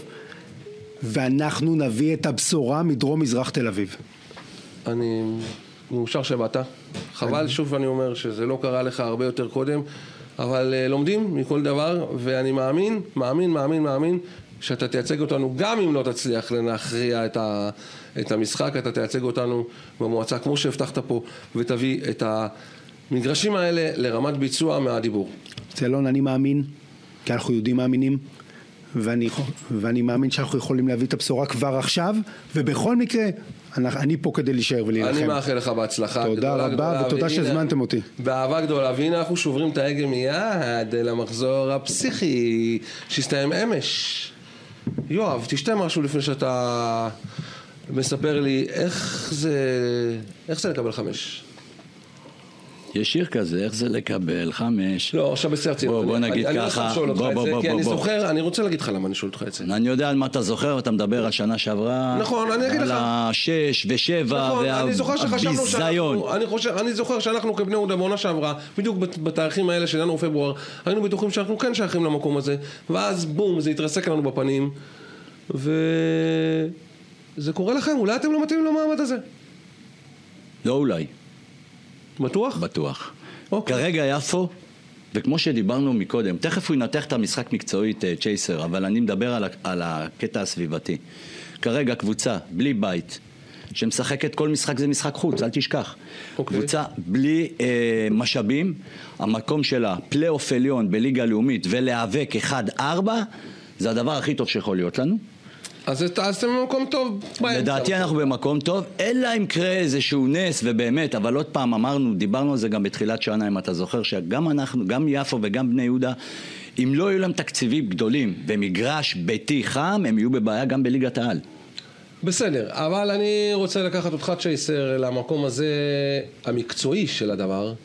ואנחנו נביא את הבשורה מדרום מזרח תל אביב. אני מאושר שבאת. חבל, שוב אני אומר שזה לא קרה לך הרבה יותר קודם, אבל uh, לומדים מכל דבר, ואני מאמין, מאמין, מאמין, מאמין, שאתה תייצג אותנו, גם אם לא תצליח להכריע את, ה, את המשחק, אתה תייצג אותנו במועצה, כמו שהבטחת פה, ותביא את המגרשים האלה לרמת ביצוע מהדיבור. צלון, אני מאמין, כי אנחנו יהודים מאמינים, ואני, ואני מאמין שאנחנו יכולים להביא את הבשורה כבר עכשיו, ובכל מקרה, אני, אני פה כדי להישאר ולהילחם. אני מאחל לך בהצלחה. תודה גדולה, רבה, גדולה, ותודה שהזמנתם אותי. באהבה גדולה, והנה אנחנו שוברים את ההגה מיד למחזור הפסיכי, שהסתיים אמש. יואב, תשתה משהו לפני שאתה מספר לי איך זה, איך זה לקבל חמש. יש שיר כזה, איך זה לקבל חמש? לא, עכשיו בסרצי. בוא, בוא נגיד אני, ככה. אני לא שואל אותך בוא, את בוא, זה, בוא, כי בוא, אני בוא. זוכר, אני רוצה להגיד לך למה אני שואל אותך את זה. אני יודע על מה אתה זוכר, אתה מדבר על שנה שעברה. נכון, אני אגיד לך. על השש ושבע נכון, אני זוכר שחשבנו והביזיון. שאנחנו, אני חושב, אני זוכר שאנחנו כבני יהודה בעונה שעברה, בדיוק בתאריכים האלה של ינואר ופברואר, היינו בטוחים שאנחנו כן שייכים למקום הזה, ואז בום, זה התרסק לנו בפנים, וזה קורה לכם, אולי אתם לא מתאימים למעמד הזה. לא אולי. בטוח? בטוח. אוקיי. כרגע יפו, וכמו שדיברנו מקודם, תכף הוא ינתח את המשחק מקצועית צ'ייסר, אבל אני מדבר על, על הקטע הסביבתי. כרגע קבוצה בלי בית, שמשחקת כל משחק זה משחק חוץ, אל תשכח. אוקיי. קבוצה בלי אה, משאבים, המקום שלה פלייאוף עליון בליגה לאומית ולהיאבק אחד ארבע, זה הדבר הכי טוב שיכול להיות לנו. אז אתם במקום טוב. לדעתי אנחנו במקום טוב, אלא אם קרה איזשהו נס, ובאמת, אבל עוד פעם אמרנו, דיברנו על זה גם בתחילת שנה, אם אתה זוכר, שגם אנחנו, גם יפו וגם בני יהודה, אם לא יהיו להם תקציבים גדולים ומגרש ביתי חם, הם יהיו בבעיה גם בליגת העל. בסדר, אבל אני רוצה לקחת אותך צ'ייסר למקום הזה המקצועי של הדבר,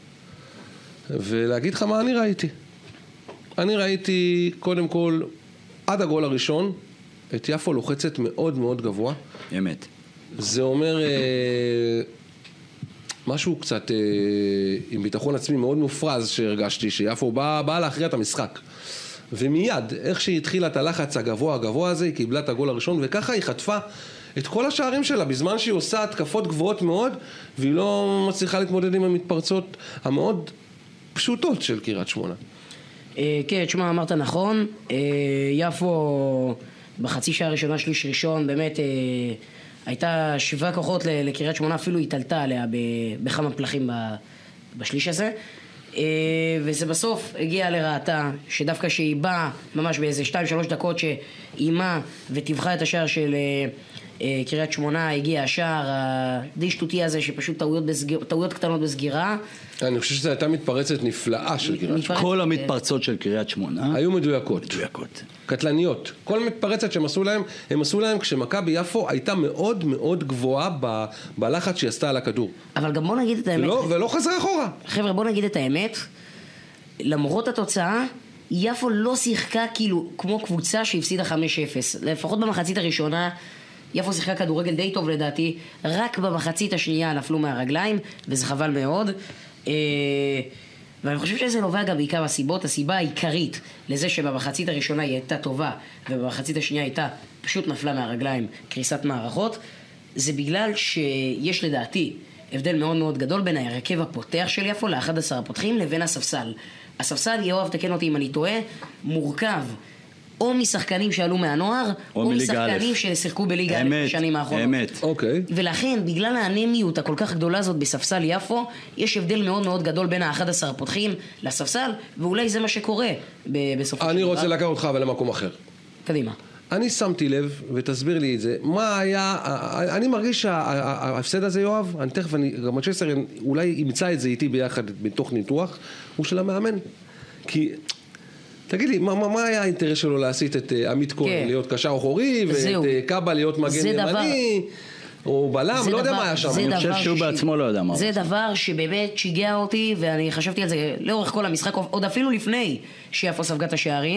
ולהגיד לך מה אני ראיתי. אני ראיתי קודם כל, עד הגול הראשון, את יפו לוחצת מאוד מאוד גבוה. אמת. זה אומר אה, משהו קצת אה, עם ביטחון עצמי מאוד מופרז שהרגשתי, שיפו באה בא להכריע את המשחק. ומיד, איך שהיא התחילה את הלחץ הגבוה הגבוה הזה, היא קיבלה את הגול הראשון, וככה היא חטפה את כל השערים שלה, בזמן שהיא עושה התקפות גבוהות מאוד, והיא לא מצליחה להתמודד עם המתפרצות המאוד פשוטות של קריית שמונה. כן, תשמע, אמרת נכון. יפו בחצי שעה הראשונה, שליש ראשון, באמת הייתה שבעה כוחות לקריית שמונה, אפילו התעלתה עליה בכמה פלחים בשליש הזה. וזה בסוף הגיע לרעתה, שדווקא שהיא באה ממש באיזה שתיים שלוש דקות שאימה וטבחה את השער של קריית שמונה, הגיע השער הדי שטותי הזה שפשוט טעויות, בסגיר, טעויות קטנות בסגירה. אני חושב שזו הייתה מתפרצת נפלאה של קריית שמונה. כל המתפרצות של קריית שמונה היו מדויקות. מדויקות. קטלניות. כל מתפרצת שהם עשו להם, הם עשו להם כשמכבי יפו הייתה מאוד מאוד גבוהה ב, בלחץ שהיא עשתה על הכדור. אבל גם בוא נגיד את האמת. ולא, ולא חזרה אחורה. חבר'ה, בוא נגיד את האמת. למרות התוצאה, יפו לא שיחקה כאילו כמו קבוצה שהפסידה חמש אפס. לפחות במחצית הראשונה, יפו שיחקה כדורגל די טוב לדעתי. רק במחצית השנייה נפלו מהרגליים, וזה חבל מאוד. ואני חושב שזה נובע גם בעיקר הסיבות. הסיבה העיקרית לזה שבמחצית הראשונה היא הייתה טובה ובמחצית השנייה הייתה פשוט נפלה מהרגליים, קריסת מערכות, זה בגלל שיש לדעתי הבדל מאוד מאוד גדול בין ההרכב הפותח של יפו ל-אחד עשר הפותחים לבין הספסל. הספסל, יואב תקן אותי אם אני טועה, מורכב או משחקנים שעלו מהנוער, או, או משחקנים ששיחקו בליגה בשנים האחרונות. אמת, אוקיי. ולכן, בגלל האנמיות הכל כך גדולה הזאת בספסל יפו, יש הבדל מאוד מאוד גדול בין ה-אחד עשר הפותחים לספסל, ואולי זה מה שקורה בסופו של דבר. אני רוצה לקחת אותך אבל למקום אחר. קדימה. אני שמתי לב, ותסביר לי את זה, מה היה, אני מרגיש שההפסד הזה, יואב, אני תכף, אני, גם צ'ייסר אולי ימצא את זה איתי ביחד בתוך ניתוח, הוא של המאמן. כי, תגיד לי, מה, מה היה האינטרס שלו להסיט את עמית כהן, כן. להיות קשר אחורי, ואת קאבה להיות מגן ימני, או בלם, לא יודע מה היה שם. אני חושב שהוא בעצמו לא יודע מה. זה דבר שבאמת שיגע אותי, ואני חשבתי על זה לאורך כל המשחק, עוד אפילו לפני שיפו ספגה את השערים,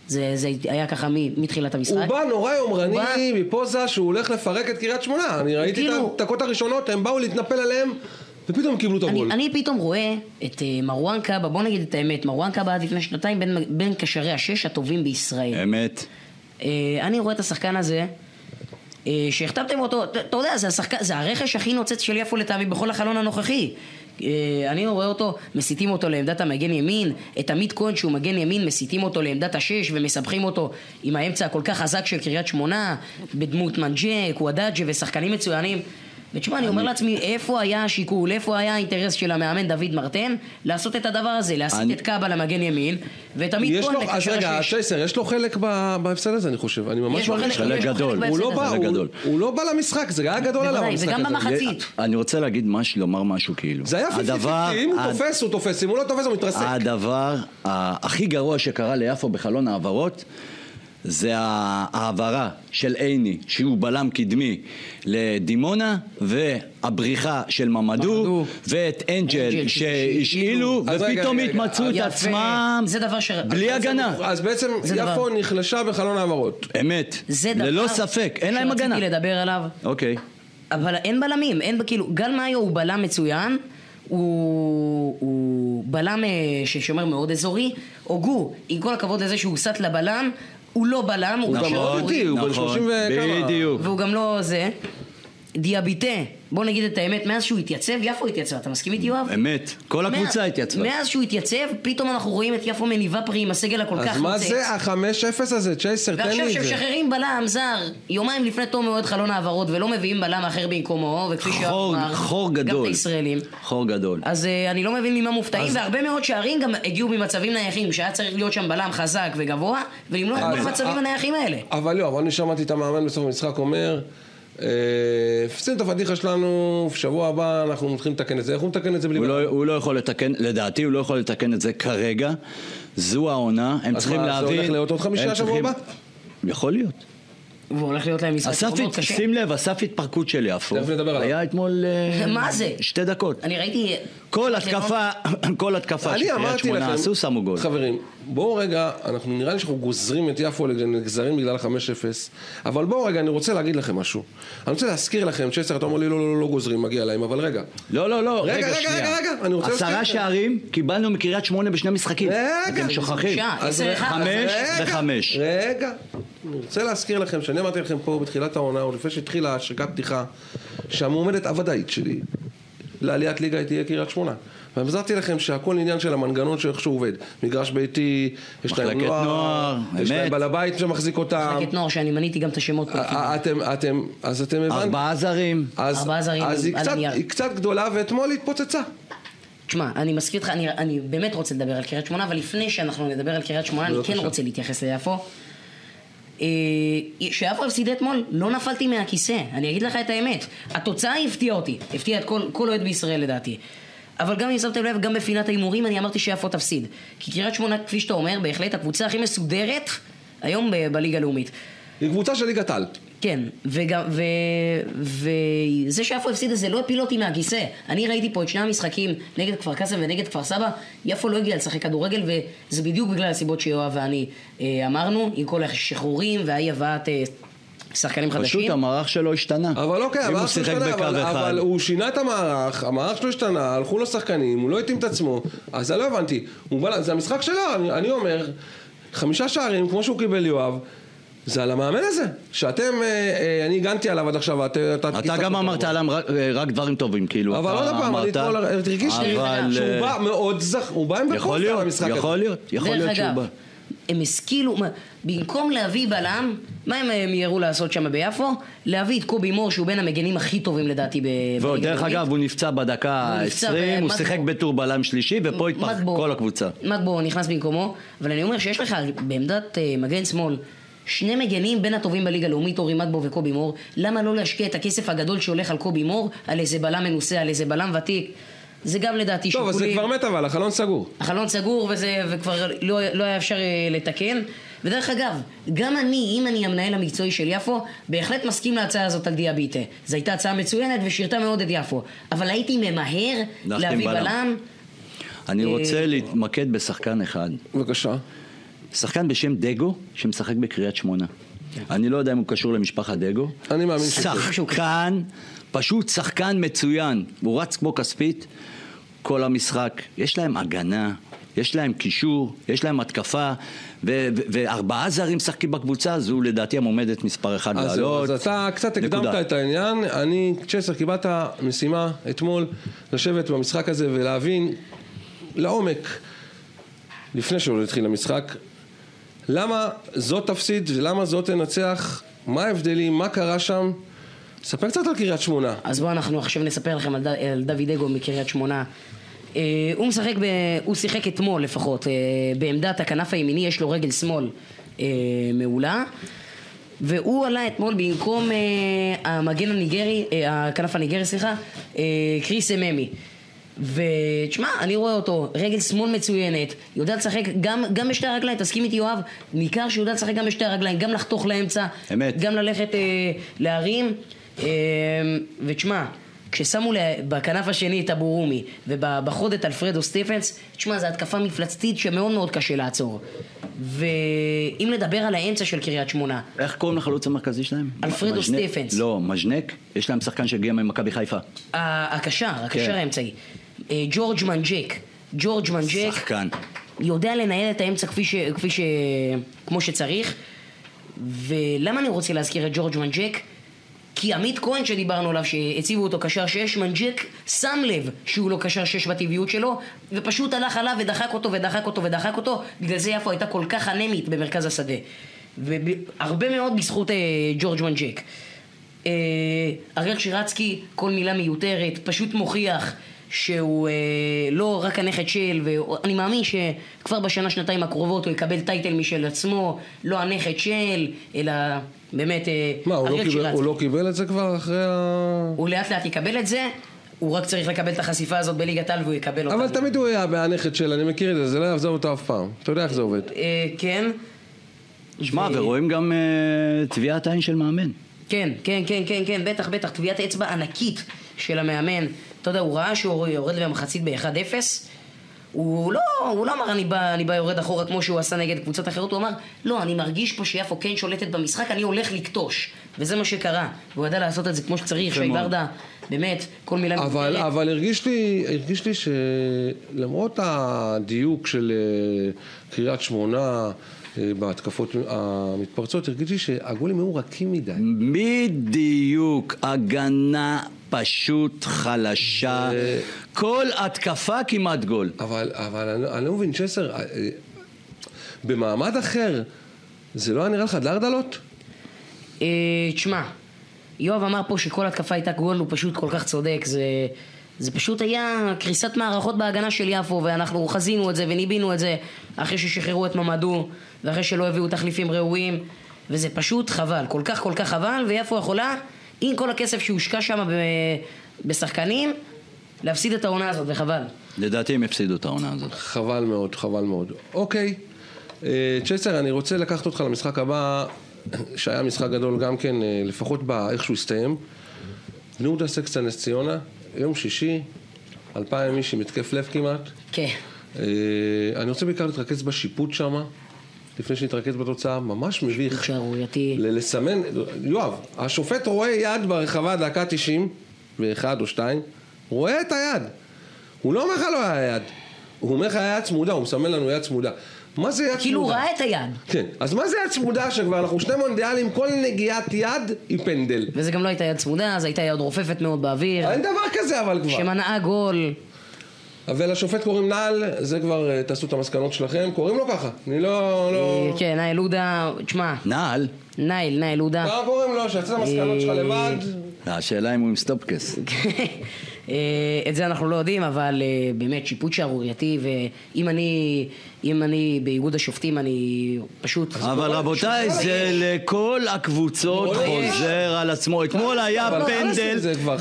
זה, זה היה ככה מתחילת המשחק. הוא בא נורא יומרני מפוזה שהוא הולך לפרק את קריית שמונה. אני ראיתי כאילו... את הדקות הראשונות, הם באו להתנפל עליהם, ופתאום קיבלו את הגול. אני, אני פתאום רואה את uh, מרואן קאבה, בוא נגיד את האמת, מרואן קאבה עד לפני שנתיים בין, בין קשרי השש הטובים בישראל. אמת. Uh, אני רואה את השחקן הזה, uh, שהכתבתם אותו, אתה יודע, זה, השחקן, זה הרכש הכי נוצץ של יפו לטעמי בכל החלון הנוכחי. אני רואה אותו, מסיתים אותו לעמדת המגן ימין, את עמית כהן שהוא מגן ימין, מסיתים אותו לעמדת השש ומסבכים אותו עם האמצע הכל כך חזק של קריית שמונה, בדמות מנג'ק, וואדאג'ה ושחקנים מצוינים. ותשמע, אני אומר לעצמי, איפה היה השיקול, איפה היה האינטרס של המאמן דוד מרטן לעשות את הדבר הזה, להסיט את קאבה למגן ימין ואת עמית כהן לקשר השש. אז רגע, צ'ייסר, יש לו חלק בהפסד הזה, אני חושב. יש לו חלק גדול. הוא לא בא למשחק, זה היה גדול עליו המשחק הזה. וגם במחצית. אני רוצה להגיד משהו, לומר משהו כאילו. זה היה פיפטי, אם הוא תופס, הוא תופס, אם הוא לא תופס, הוא מתרסק. הדבר הכי גרוע שקרה ליפו בחלון העברות זה העברה של עיני, שהוא בלם קדמי לדימונה, והבריחה של ממדו, ואת אנג'ל שהשאילו, ופתאום התמצאו את עצמם בלי הגנה. אז בעצם יפו נחלשה בחלון העברות. אמת, ללא ספק, אין להם הגנה. שרציתי לדבר עליו. אוקיי. אבל אין בלמים, אין כאילו, גל מאיו הוא בלם מצוין, הוא, הוא בלם ששומר מאוד אזורי, אוגו, עם כל הכבוד לזה שהוא סט לבלם, הוא לא בלם, הוא גם מאוד איתי, הוא בן שלושים וכמה. בדיוק. והוא גם לא זה. דיאביטה, בוא נגיד את האמת, מאז שהוא התייצב, יפו התייצב, אתה מסכים איתי יואב? אמת, כל הקבוצה התייצבה. מאז שהוא התייצב, פתאום אנחנו רואים את יפו מניבה פרי עם הסגל הכל כך נוצץ. אז מה זה החמש אפס הזה? צ'ייסר, תן לי את זה. ועכשיו שמשחררים בלם זר, יומיים לפני תום מועד חלון העברות, ולא מביאים בלם אחר במקומו, וכפי שאמר, חור גדול. גם את הישראלים. חור גדול. אז אני לא מבין ממה מופתעים, והרבה מאוד שערים גם הגיעו ממצבים נייחים, שהיה צריך להיות שם בלם חזק וגבוה, ולמנוע את כל המצבים הנייחים האלה. אבל לא, אבל אני שמעתי את המאמן בסוף המשחק אומר הפסיד את הפדיחה שלנו, שבוע הבא אנחנו מתחילים לתקן את זה. איך הוא מתקן את זה בלי הוא לא, הוא לא יכול לתקן, לדעתי הוא לא יכול לתקן את זה כרגע. זו העונה, הם צריכים להבין. אז מה, זה הולך להיות עוד חמישה שבוע הבא? יכול להיות. והוא הולך להיות להם משחק מאוד קשה. שים לב, אסף התפרקות של יפו. היה אתמול מה זה? שתי דקות. אני ראיתי כל התקפה, כל התקפה שקריית שמונה עשו שמו גול. חברים, בואו רגע, אנחנו נראה לי שאנחנו גוזרים את יפו לגזרים בגלל חמש אפס, אבל בואו רגע, אני רוצה להגיד לכם משהו. אני רוצה להזכיר לכם, צ'ייסר, אתה אומר לי, לא, לא, לא גוזרים, מגיע להם, אבל רגע. לא, לא, לא, רגע, רגע, רגע, רגע, אני רוצה להזכיר. עשרה שערים קיבלנו מקריית שמונה בשני משחקים. רגע, אתם שוכחים. חמש וחמש. רגע, אני רוצה להזכיר לכם, שאני אמרתי לכם פה בתחילת העונה, או לפני שהתחילה השקה פתיחה, שהמועמדת הוודאית שלי לעליית ליגה תהיה קריית שמונה. והמזרתי לכם שהכל עניין של המנגנון שאיך שהוא עובד. מגרש ביתי, יש להם נוער, יש להם בעל הבית שמחזיק אותם. מחלקת נוער, שאני מניתי גם את השמות פה. אתם, אתם, אז אתם הבנתם. ארבעה זרים. ארבעה זרים אז היא קצת גדולה ואתמול התפוצצה. תשמע, אני מזכיר אותך, אני באמת רוצה לדבר על קריית שמונה, אבל לפני שאנחנו נדבר על קריית שמונה, אני כן רוצה להתייחס ליפו. שיפו הפסיד אתמול, לא נפלתי מהכיסא, אני אגיד לך את האמת. התוצאה הפתיעה אותי, הפתיעה את כל, כל אוהד בישראל לדעתי. אבל גם אם שמתם לב, גם בפינת האימורים אני אמרתי שיפו תפסיד. כי קריית שמונה, כפי שאתה אומר, בהחלט הקבוצה הכי מסודרת היום ב- בליגה הלאומית. היא קבוצה של ליגת העל. כן, וגם, ו... וזה שיפו הפסיד הזה לא הפיל אותי מהכיסא. אני ראיתי פה את שני המשחקים נגד כפר קאסם ונגד כפר סבא, יפו לא הגיע לשחק כדורגל, וזה בדיוק בגלל הסיבות שיואב ואני אה, אמרנו, עם כל השחרורים והאי הבאת אה, שחקנים חדשים. פשוט המערך שלו השתנה. אבל אוקיי, המערך שלו השתנה, אבל, אבל הוא שינה את המערך, המערך שלו השתנה, הלכו לו שחקנים, הוא לא התאים את עצמו, אז זה לא הבנתי. בא, זה המשחק שלו, אני, אני אומר, חמישה שערים, כמו שהוא קיבל יואב, זה על המאמן הזה, שאתם, אני הגנתי עליו עד עכשיו, אתה... אתה גם אמרת עליו רק דברים טובים, כאילו. אבל עוד פעם, אני אתמול הרגיש לי שהוא בא מאוד זך, הוא בא עם בקוף על המשחק הזה. יכול להיות, יכול להיות שהוא בא. הם השכילו, במקום להביא בלם, מה הם יראו לעשות שם ביפו? להביא את קובי מור, שהוא בין המגנים הכי טובים לדעתי בליגה הלאומית. ועוד דרך אגב, הוא נפצע בדקה עשרים, הוא שיחק בטור בלם שלישי, ופה התפרק כל הקבוצה. מטבו נכנס במקומו, אבל אני אומר שיש לך בעמדת מגן שמאל שני מגנים בין הטובים בליגה הלאומית, אורי מטבו וקובי מור. למה לא להשקיע את הכסף הגדול שהולך על קובי מור, על איזה בלם מנוסה, על איזה בלם ותיק? זה גם לדעתי שיקולים. טוב, אז זה כבר מת אבל, החלון סגור. החלון סגור וזה, וכבר לא, לא היה אפשר לתקן. ודרך אגב, גם אני, אם אני המנהל המקצועי של יפו, בהחלט מסכים להצעה הזאת על דיאביטה. זו הייתה הצעה מצוינת ושירתה מאוד את יפו. אבל הייתי ממהר להביא בלם. אני רוצה להתמקד בשחקן אחד. בבקשה. שחקן בשם דגו, שמשחק בקריית שמונה. אני לא יודע אם הוא קשור למשפחת דגו. אני מאמין שחקן, פשוט שחקן מצוין. הוא רץ כמו כספית כל המשחק. יש להם הגנה, יש להם קישור, יש להם התקפה, ו- ו- וארבעה זרים משחקים בקבוצה, זו לדעתי המועמדת מספר אחד אז לעלות. אז אתה קצת הקדמת את העניין. אני, צ'סר, קיבלת משימה אתמול לשבת במשחק הזה ולהבין לעומק, לפני שהוא התחיל המשחק, למה זאת תפסיד ולמה זאת תנצח, מה ההבדלים, מה קרה שם. ספר קצת על קריית שמונה. אז בואו אנחנו עכשיו נספר לכם על, ד... על דוד דגו מקריית שמונה. Uh, הוא משחק, ב... הוא שיחק אתמול לפחות, uh, בעמדת הכנף הימיני, יש לו רגל שמאל uh, מעולה, והוא עלה אתמול במקום uh, המגן הניגרי, uh, הכנף הניגרי, סליחה, uh, קריס אממי. ותשמע, אני רואה אותו, רגל שמאל מצוינת, יודע לשחק גם, גם בשתי הרגליים, תסכים איתי יואב, ניכר שהוא יודע לשחק גם בשתי הרגליים, גם לחתוך לאמצע, אמת. גם ללכת אה, להרים, אה, ותשמע, כששמו בכנף השני את אבורומי ובחוד את אלפרדו סטיפנס, תשמע, זו התקפה מפלצתית שמאוד מאוד קשה לעצור. ואם לדבר על האמצע של קריית שמונה, איך קוראים לחלוץ המרכזי שלהם? אלפרדו מז'נק? סטיפנס. לא, מז'נק, יש להם שחקן שהגיע ממכבי חיפה. הקשר, הקשר כן. האמצעי. ג'ורג' מנג'ק, ג'ורג' מנג'ק, שחקן. יודע לנהל את האמצע כפי ש... כפי ש... כמו שצריך. ולמה אני רוצה להזכיר את ג'ורג' מנג'ק? כי עמית כהן שדיברנו עליו, שהציבו אותו קשר שש, מנג'ק שם לב שהוא לא קשר שש בטבעיות שלו, ופשוט הלך עליו ודחק אותו ודחק אותו ודחק אותו. בגלל זה יפו הייתה כל כך אנמית במרכז השדה, והרבה מאוד בזכות אה, ג'ורג' מנג'ק. אה, אריאל שירצקי, כל מילה מיותרת, פשוט מוכיח שהוא אה, לא רק הנכד של, ואני מאמין שכבר בשנה שנתיים הקרובות הוא יקבל טייטל משל עצמו, לא הנכד של, אלא באמת אה, מה, הוא לא, קיבל, הוא לא קיבל את זה כבר אחרי ה... הוא לאט לאט יקבל את זה, הוא רק צריך לקבל את החשיפה הזאת בליגת העל והוא יקבל אותה. אבל תמיד הוא היה בהנכד של, אני מכיר את זה, זה לא יעזוב אותו אף פעם. אתה יודע איך זה עובד. אה, כן. שמע, ו... ורואים גם uh, טביעת עין של מאמן. כן, כן, כן, כן, כן, בטח, בטח, טביעת אצבע ענקית של המאמן. אתה יודע, הוא ראה שהוא יורד במחצית ב-אחד אפס, הוא לא, הוא לא אמר אני בא, אני בא יורד אחורה כמו שהוא עשה נגד קבוצות אחרות, הוא אמר לא, אני מרגיש פה שיפו כן שולטת במשחק, אני הולך לקטוש, וזה מה שקרה, והוא ידע לעשות את זה כמו שצריך. שי ברדה, באמת, כל מילה אבל, מתקרת. אבל הרגיש לי, הרגיש לי שלמרות הדיוק של קריית שמונה בהתקפות המתפרצות, הרגיש לי שהגולים היו רכים מדי. בדיוק, הגנה פשוט חלשה, כל התקפה כמעט גול. אבל, אבל אני, אני לא מבין, צ'סר, במעמד אחר, זה לא היה נראה לך דרדלות? אה, תשמע, יואב אמר פה שכל התקפה הייתה גול, הוא פשוט כל כך צודק, זה, זה פשוט היה קריסת מערכות בהגנה של יפו, ואנחנו חזינו את זה וניבינו את זה אחרי ששחררו את ממדו, ואחרי שלא הביאו תחליפים ראויים, וזה פשוט חבל, כל כך כל כך חבל, ויפו יכולה, עם כל הכסף שהושקע שם בשחקנים, להפסיד את העונה הזאת, וחבל. לדעתי הם הפסידו את העונה הזאת. חבל מאוד, חבל מאוד. אוקיי, צ'סר, אני רוצה לקחת אותך למשחק הבא, שהיה משחק גדול גם כן, לפחות באיך שהוא הסתיים. בני יהודה סקסטה נס ציונה, יום שישי, אלפיים איש עם התקף לב כמעט. כן. אני רוצה בעיקר להתרכז בשיפוט שם, לפני שנתרכז בתוצאה, ממש מביך. שערורייתי. לסמן, יואב, השופט רואה יד ברחבה דקה תשעים ואחד או שתיים, רואה את היד. הוא לא אומר לך לא היה יד, הוא אומר לך יד צמודה, הוא מסמן לנו יד צמודה. מה זה יד צמודה? כאילו הוא ראה את היד. כן, אז מה זה יד צמודה שכבר אנחנו שני מונדיאלים, כל נגיעת יד היא פנדל. וזה גם לא הייתה יד צמודה, אז הייתה יד רופפת מאוד באוויר. אין דבר כזה אבל כבר. שמנעה גול. אבל השופט קוראים נעל, זה כבר תעשו את המסקנות שלכם, קוראים לו ככה, אני לא... לא... כן, נעל עודה, תשמע. נעל? נעל, נעל עודה. מה קוראים לו? שיצא את המסקנות שלך לבד? השאלה אם הוא עם סטופקס. את זה אנחנו לא יודעים, אבל באמת שיפוט שערורייתי, ואם אני אם אני באיגוד השופטים אני פשוט... אבל רבותיי, זה לכל הקבוצות חוזר על עצמו. אתמול היה פנדל,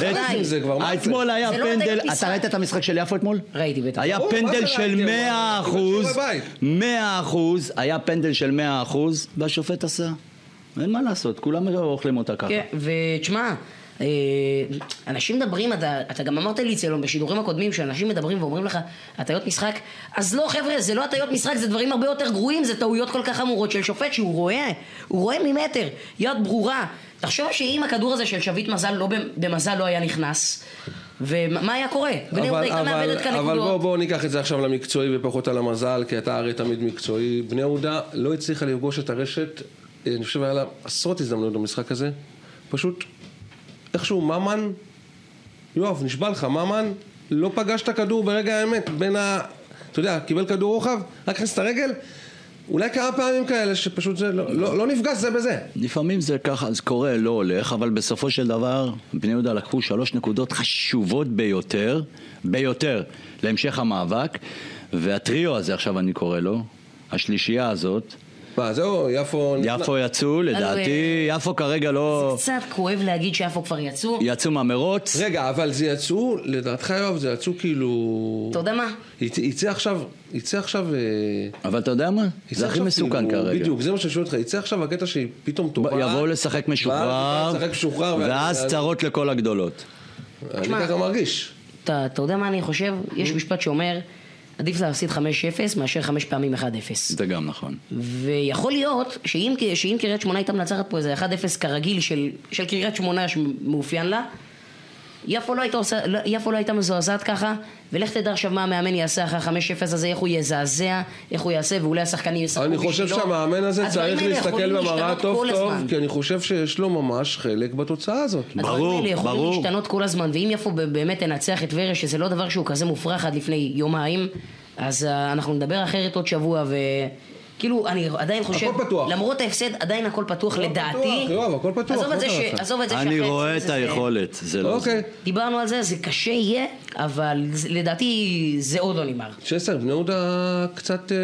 אתמול היה פנדל, אתה ראית את המשחק של יפו אתמול? ראיתי בטח. היה פנדל של מאה אחוז, מאה אחוז, היה פנדל של מאה אחוז, והשופט עשה. אין מה לעשות, כולם אוכלים אותה ככה. ותשמע, אנשים מדברים, אתה, אתה גם אמרת לי אצלנו בשידורים הקודמים שאנשים מדברים ואומרים לך הטיות משחק, אז לא חבר'ה, זה לא הטיות משחק, זה דברים הרבה יותר גרועים, זה טעויות כל כך חמורות של שופט שהוא רואה, הוא רואה ממטר, יד ברורה. תחשוב שאם הכדור הזה של שביט מזל לא במזל לא היה נכנס, ומה היה קורה? בני יהודה הייתה מאבדת כאן נקודות. אבל בוא, בוא ניקח את זה עכשיו למקצועי ופחות על המזל, כי אתה הרי תמיד מקצועי. בני יהודה לא הצליחה לפגוש את הרשת, אני חושב היה לה עשרות הזדמנויות במשחק הזה, פשוט איכשהו ממן, יואב, נשבע לך, ממן לא פגש את הכדור ברגע האמת, בין ה... אתה יודע, קיבל כדור רוחב, רק הכניס את הרגל, אולי כמה פעמים כאלה שפשוט זה לא, לא, לא נפגש זה בזה. לפעמים זה ככה, זה קורה, לא הולך, אבל בסופו של דבר, בני יהודה לקחו שלוש נקודות חשובות ביותר, ביותר, להמשך המאבק, והטריו הזה עכשיו אני קורא לו, השלישייה הזאת, מה, זהו, יפו... יפו יצאו, לדעתי, יפו כרגע לא... זה קצת כואב להגיד שיפו כבר יצאו. יצאו מהמרוץ. רגע, אבל זה יצאו, לדעתך יואב, זה יצאו כאילו... אתה יודע מה? יצא עכשיו, יצא עכשיו... אבל אתה יודע מה? זה הכי מסוכן כרגע. בדיוק, זה מה ששואל אותך, יצא עכשיו הקטע שהיא פתאום טובה... יבואו לשחק משוחרר, ואז צרות לכל הגדולות. אני ככה מרגיש. אתה יודע מה אני חושב? יש משפט שאומר... עדיף להפסיד חמש אפס מאשר חמש פעמים אחד אפס. זה גם נכון. ויכול להיות שאם, שאם קריית שמונה הייתה מנצחת פה איזה אחד אפס כרגיל של, של קריית שמונה שמאופיין לה, יפו לא הייתה, יפו לא הייתה מזועזעת ככה, ולך תדע עכשיו מה המאמן יעשה אחרי חמש אפס הזה, איך הוא יזעזע, איך הוא יעשה, ואולי השחקנים ישחקו בשבילו. אני חושב שהמאמן הזה צריך להסתכל במראה טוב טוב, כי אני חושב שיש לו ממש חלק בתוצאה הזאת. ברור, ברור. הדברים האלה יכולים להשתנות כל הזמן, ואם יפו באמת תנצח את טבריה, שזה לא דבר שהוא כזה מופרך עד לפני יומיים, אז אנחנו נדבר אחרת עוד שבוע, ו... כאילו, אני עדיין חושב, למרות ההפסד, עדיין הכל פתוח לדעתי. יואב, הכל פתוח. עזוב את זה ש... עזוב את זה אני רואה את היכולת, זה לא זה. דיברנו על זה, זה קשה יהיה, אבל לדעתי זה עוד לא נגמר. שסר, בני יהודה קצת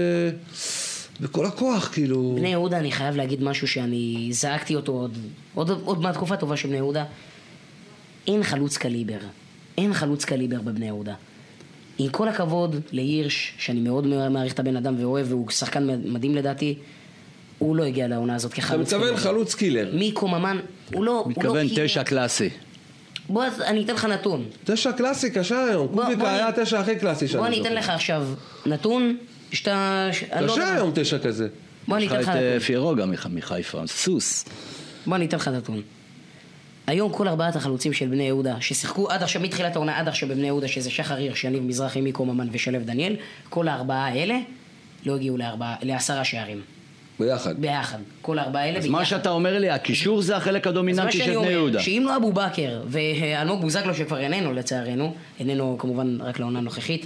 בכל הכוח, כאילו. בני יהודה, אני חייב להגיד משהו שאני זעקתי אותו עוד מהתקופה טובה של בני יהודה. אין חלוץ קליבר. אין חלוץ קליבר בבני יהודה. עם כל הכבוד להירש, שאני מאוד מעריך את הבן אדם ואוהב, והוא שחקן מדהים לדעתי, הוא לא הגיע לעונה הזאת כחלוץ קילר. אתה מתכוון חלוץ קילר. מיקו ממן, הוא לא... מתכוון תשע קלאסי. בוא, אני אתן לך נתון. תשע קלאסי קשה היום. קוביקה היה תשע הכי קלאסי שלנו. בוא, אני אתן לך עכשיו נתון, שאתה... קשה היום תשע כזה. בוא, אני אתן לך נתון. יש לך את פיירו גם מחיפה, סוס. בוא, אני אתן לך נתון. היום כל ארבעת החלוצים של בני יהודה ששיחקו עד עכשיו מתחילת העונה עד עכשיו בבני יהודה, שזה שחר הירש, יניב מזרחי, מיקו ממן ושלב דניאל, כל הארבעה האלה לא הגיעו לארבעה, לעשרה שערים. ביחד. ביחד. כל הארבעה האלה אז ביחד. מה שאתה אומר לי, הקישור זה החלק הדומיננטי של בני יהודה. שאם לא אבו בכר ואלמוג בוזגלו שכבר איננו לצערנו, איננו כמובן רק לעונה נוכחית,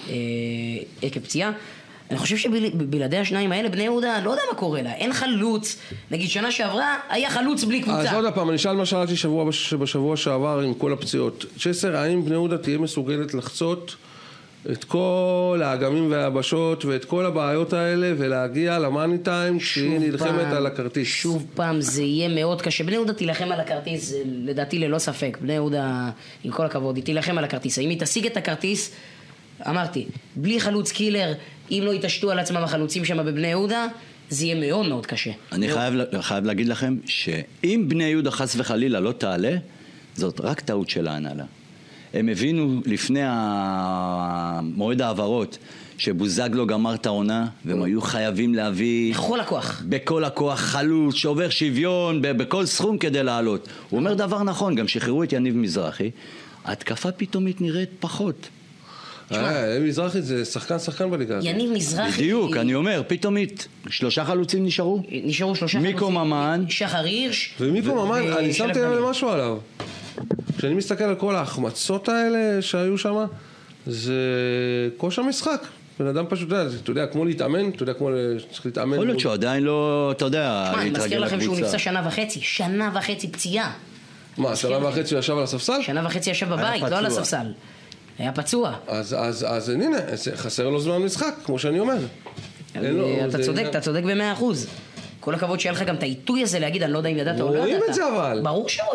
עקב פציעה, אני חושב שבלעדי השניים האלה, בני יהודה, לא יודע מה קורה לה, אין חלוץ. נגיד שנה שעברה, היה חלוץ בלי קבוצה. אז עוד הפעם, אני שאל מה שאלתי שבוע, בשבוע שעבר עם כל הפציעות. צ'סר, האם בני יהודה תהיה מסוגלת לחצות את כל האגמים והיבשות ואת כל הבעיות האלה ולהגיע למאני טיים כשהיא נלחמת על הכרטיס? שוב פעם, זה יהיה מאוד קשה. בני יהודה תילחם על הכרטיס, לדעתי ללא ספק. בני יהודה, עם כל הכבוד, היא תילחם על הכרטיס. האם היא תשיג את הכרטיס, אמרתי, בלי חלוץ קילר, אם לא יתשתו על עצמם החלוצים שם בבני יהודה, זה יהיה מאוד מאוד קשה. אני חייב, חייב להגיד לכם שאם בני יהודה חס וחלילה לא תעלה, זאת רק טעות של ההנהלה. הם הבינו לפני המועד העברות שבוזגלו גמר את העונה, והם היו חייבים להביא... בכל הכוח. בכל הכוח חלוץ, שובר שוויון, בכל סכום כדי לעלות. הוא אומר דבר נכון, גם שחררו את יניב מזרחי, התקפה פתאומית נראית פחות. יניב מזרחי זה שחקן שחקן בליגה הזאת. יניב מזרחי... בדיוק, אני אומר, פתאומית, שלושה חלוצים נשארו? נשארו שלושה חלוצים. מיקו ממן. שחר הירש. ומיקו ממן, אני שמתי לב למשהו עליו. כשאני מסתכל על כל ההחמצות האלה שהיו שם, זה כושר משחק. בן אדם פשוט, אתה יודע, כמו להתאמן, אתה יודע, כמו צריך להתאמן. יכול להיות שהוא עדיין לא, אתה יודע, להתרגל לקבוצה. אני מזכיר לכם שהוא נפצע שנה וחצי, שנה וחצי פציעה. מה, שנה וחצי ישב על הספסל? שנה וחצי ישב בבית, לא על הספסל. היה פצוע. אז, אז, אז, הנה, חסר לו זמן משחק, כמו שאני אומר. אתה צודק, אתה צודק במאה אחוז. כל הכבוד שיהיה לך גם את העיתוי הזה להגיד, אני לא יודע אם ידעת או לא ידעת. רואים את זה אבל. ברור שרואים.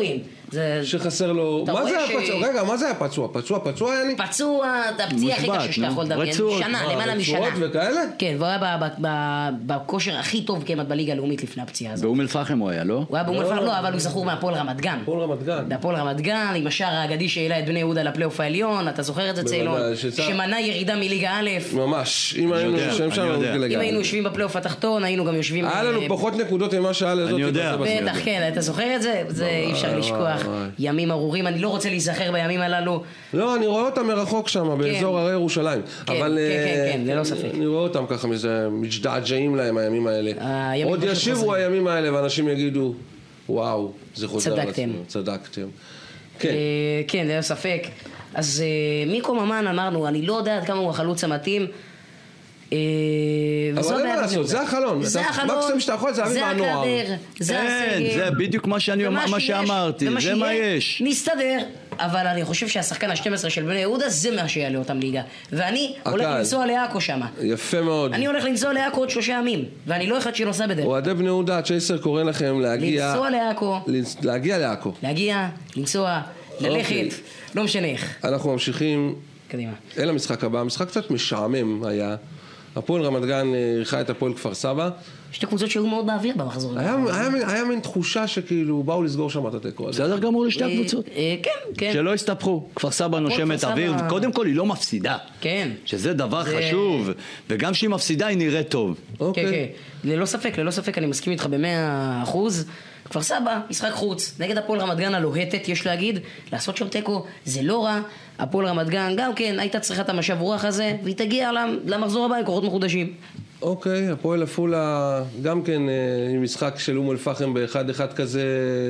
זה... שחסר לו... מה זה היה פצוע? רגע, מה זה היה פצוע? פצוע, פצוע היה לי? פצוע, זה הפציע הכי קשה שאתה יכול לדמיין. שנה, למעלה משנה. רצועות וכאלה? כן, והוא היה בכושר הכי טוב כמעט בליגה הלאומית לפני הפציעה הזאת. באום אל-פחם הוא היה, לא? הוא היה באום אל-פחם, לא, אבל הוא זכור מהפועל רמת גן. הפועל רמת גן. בהפועל רמת גן, עם השער האגדי שהעלה את בני יהודה לפלייאוף העליון, אתה זוכר את זה ציילון? שמנע ירידה מליגה א'. ממש, אם היינו יושבים שם, אם היינו יושבים בפלייאוף התחתון, היינו גם יושבים... היה לנו פחות נקודות ממה שהיה לזאת. אני יודע. בטח, כן, אתה זוכר את זה? זה אי אפשר לשכוח. ימים ארורים, אני לא רוצה להיזכר בימים הללו. לא, אני רואה אותם מרחוק שם, באזור הרי ירושלים. כן, כן, כן, ללא ספק. אני רואה אותם ככה, משתעגעים להם הימים האלה. עוד ישיבו הימים האלה, ואנשים יגידו, וואו, זה חוזר על עצמו. צדקתם. כן. כן, ללא ספק. אז מיקו ממן אמרנו, אני לא יודע עד כמה הוא החלוץ המתאים. אבל אין מה לעשות, זה החלון. זה החלון, מקסימום שאתה יכול, זה אביב הנוער. זה הסגל. זה בדיוק מה שאמרתי, זה מה יש. נסתדר, אבל אני חושב שהשחקן ה-שתים עשרה של בני יהודה זה מה שיעלה אותם ליגה. ואני הולך לנסוע לעכו שם. יפה מאוד. אני הולך לנסוע לעכו עוד שלושה ימים, ואני לא אחד שנוסע בדרך. אוהדי בני יהודה, צ'ייסר קורא לכם להגיע... לנסוע לעכו. להגיע לעכו. להגיע, לנסוע, ללכת, לא משנה איך. אנחנו ממשיכים... קדימה. אל המשחק הבא, המשחק קצת משעמם היה. הפועל רמת גן אירחה את הפועל כפר סבא. שתי קבוצות שהיו מאוד באוויר במחזור. היה, היה, היה מין תחושה שכאילו באו לסגור שם את התיקו. בסדר גמור לשתי הקבוצות. כן, כן. שלא הסתפחו. כפר סבא נושמת אוויר, קודם כל היא לא מפסידה. כן. שזה דבר חשוב, וגם שהיא מפסידה היא נראית טוב. כן, כן. ללא ספק, ללא ספק, אני מסכים איתך במאה אחוז. כפר סבא, משחק חוץ, נגד הפועל רמת גן הלוהטת, יש להגיד, לעשות שם תיקו, זה לא רע. הפועל רמת גן גם כן, הייתה צריכה את המשב רוח הזה, והיא תגיע למחזור הבא עם כוחות מחודשים. אוקיי, הפועל עפולה, גם כן עם משחק של אום אל-פחם באחד אחד כזה,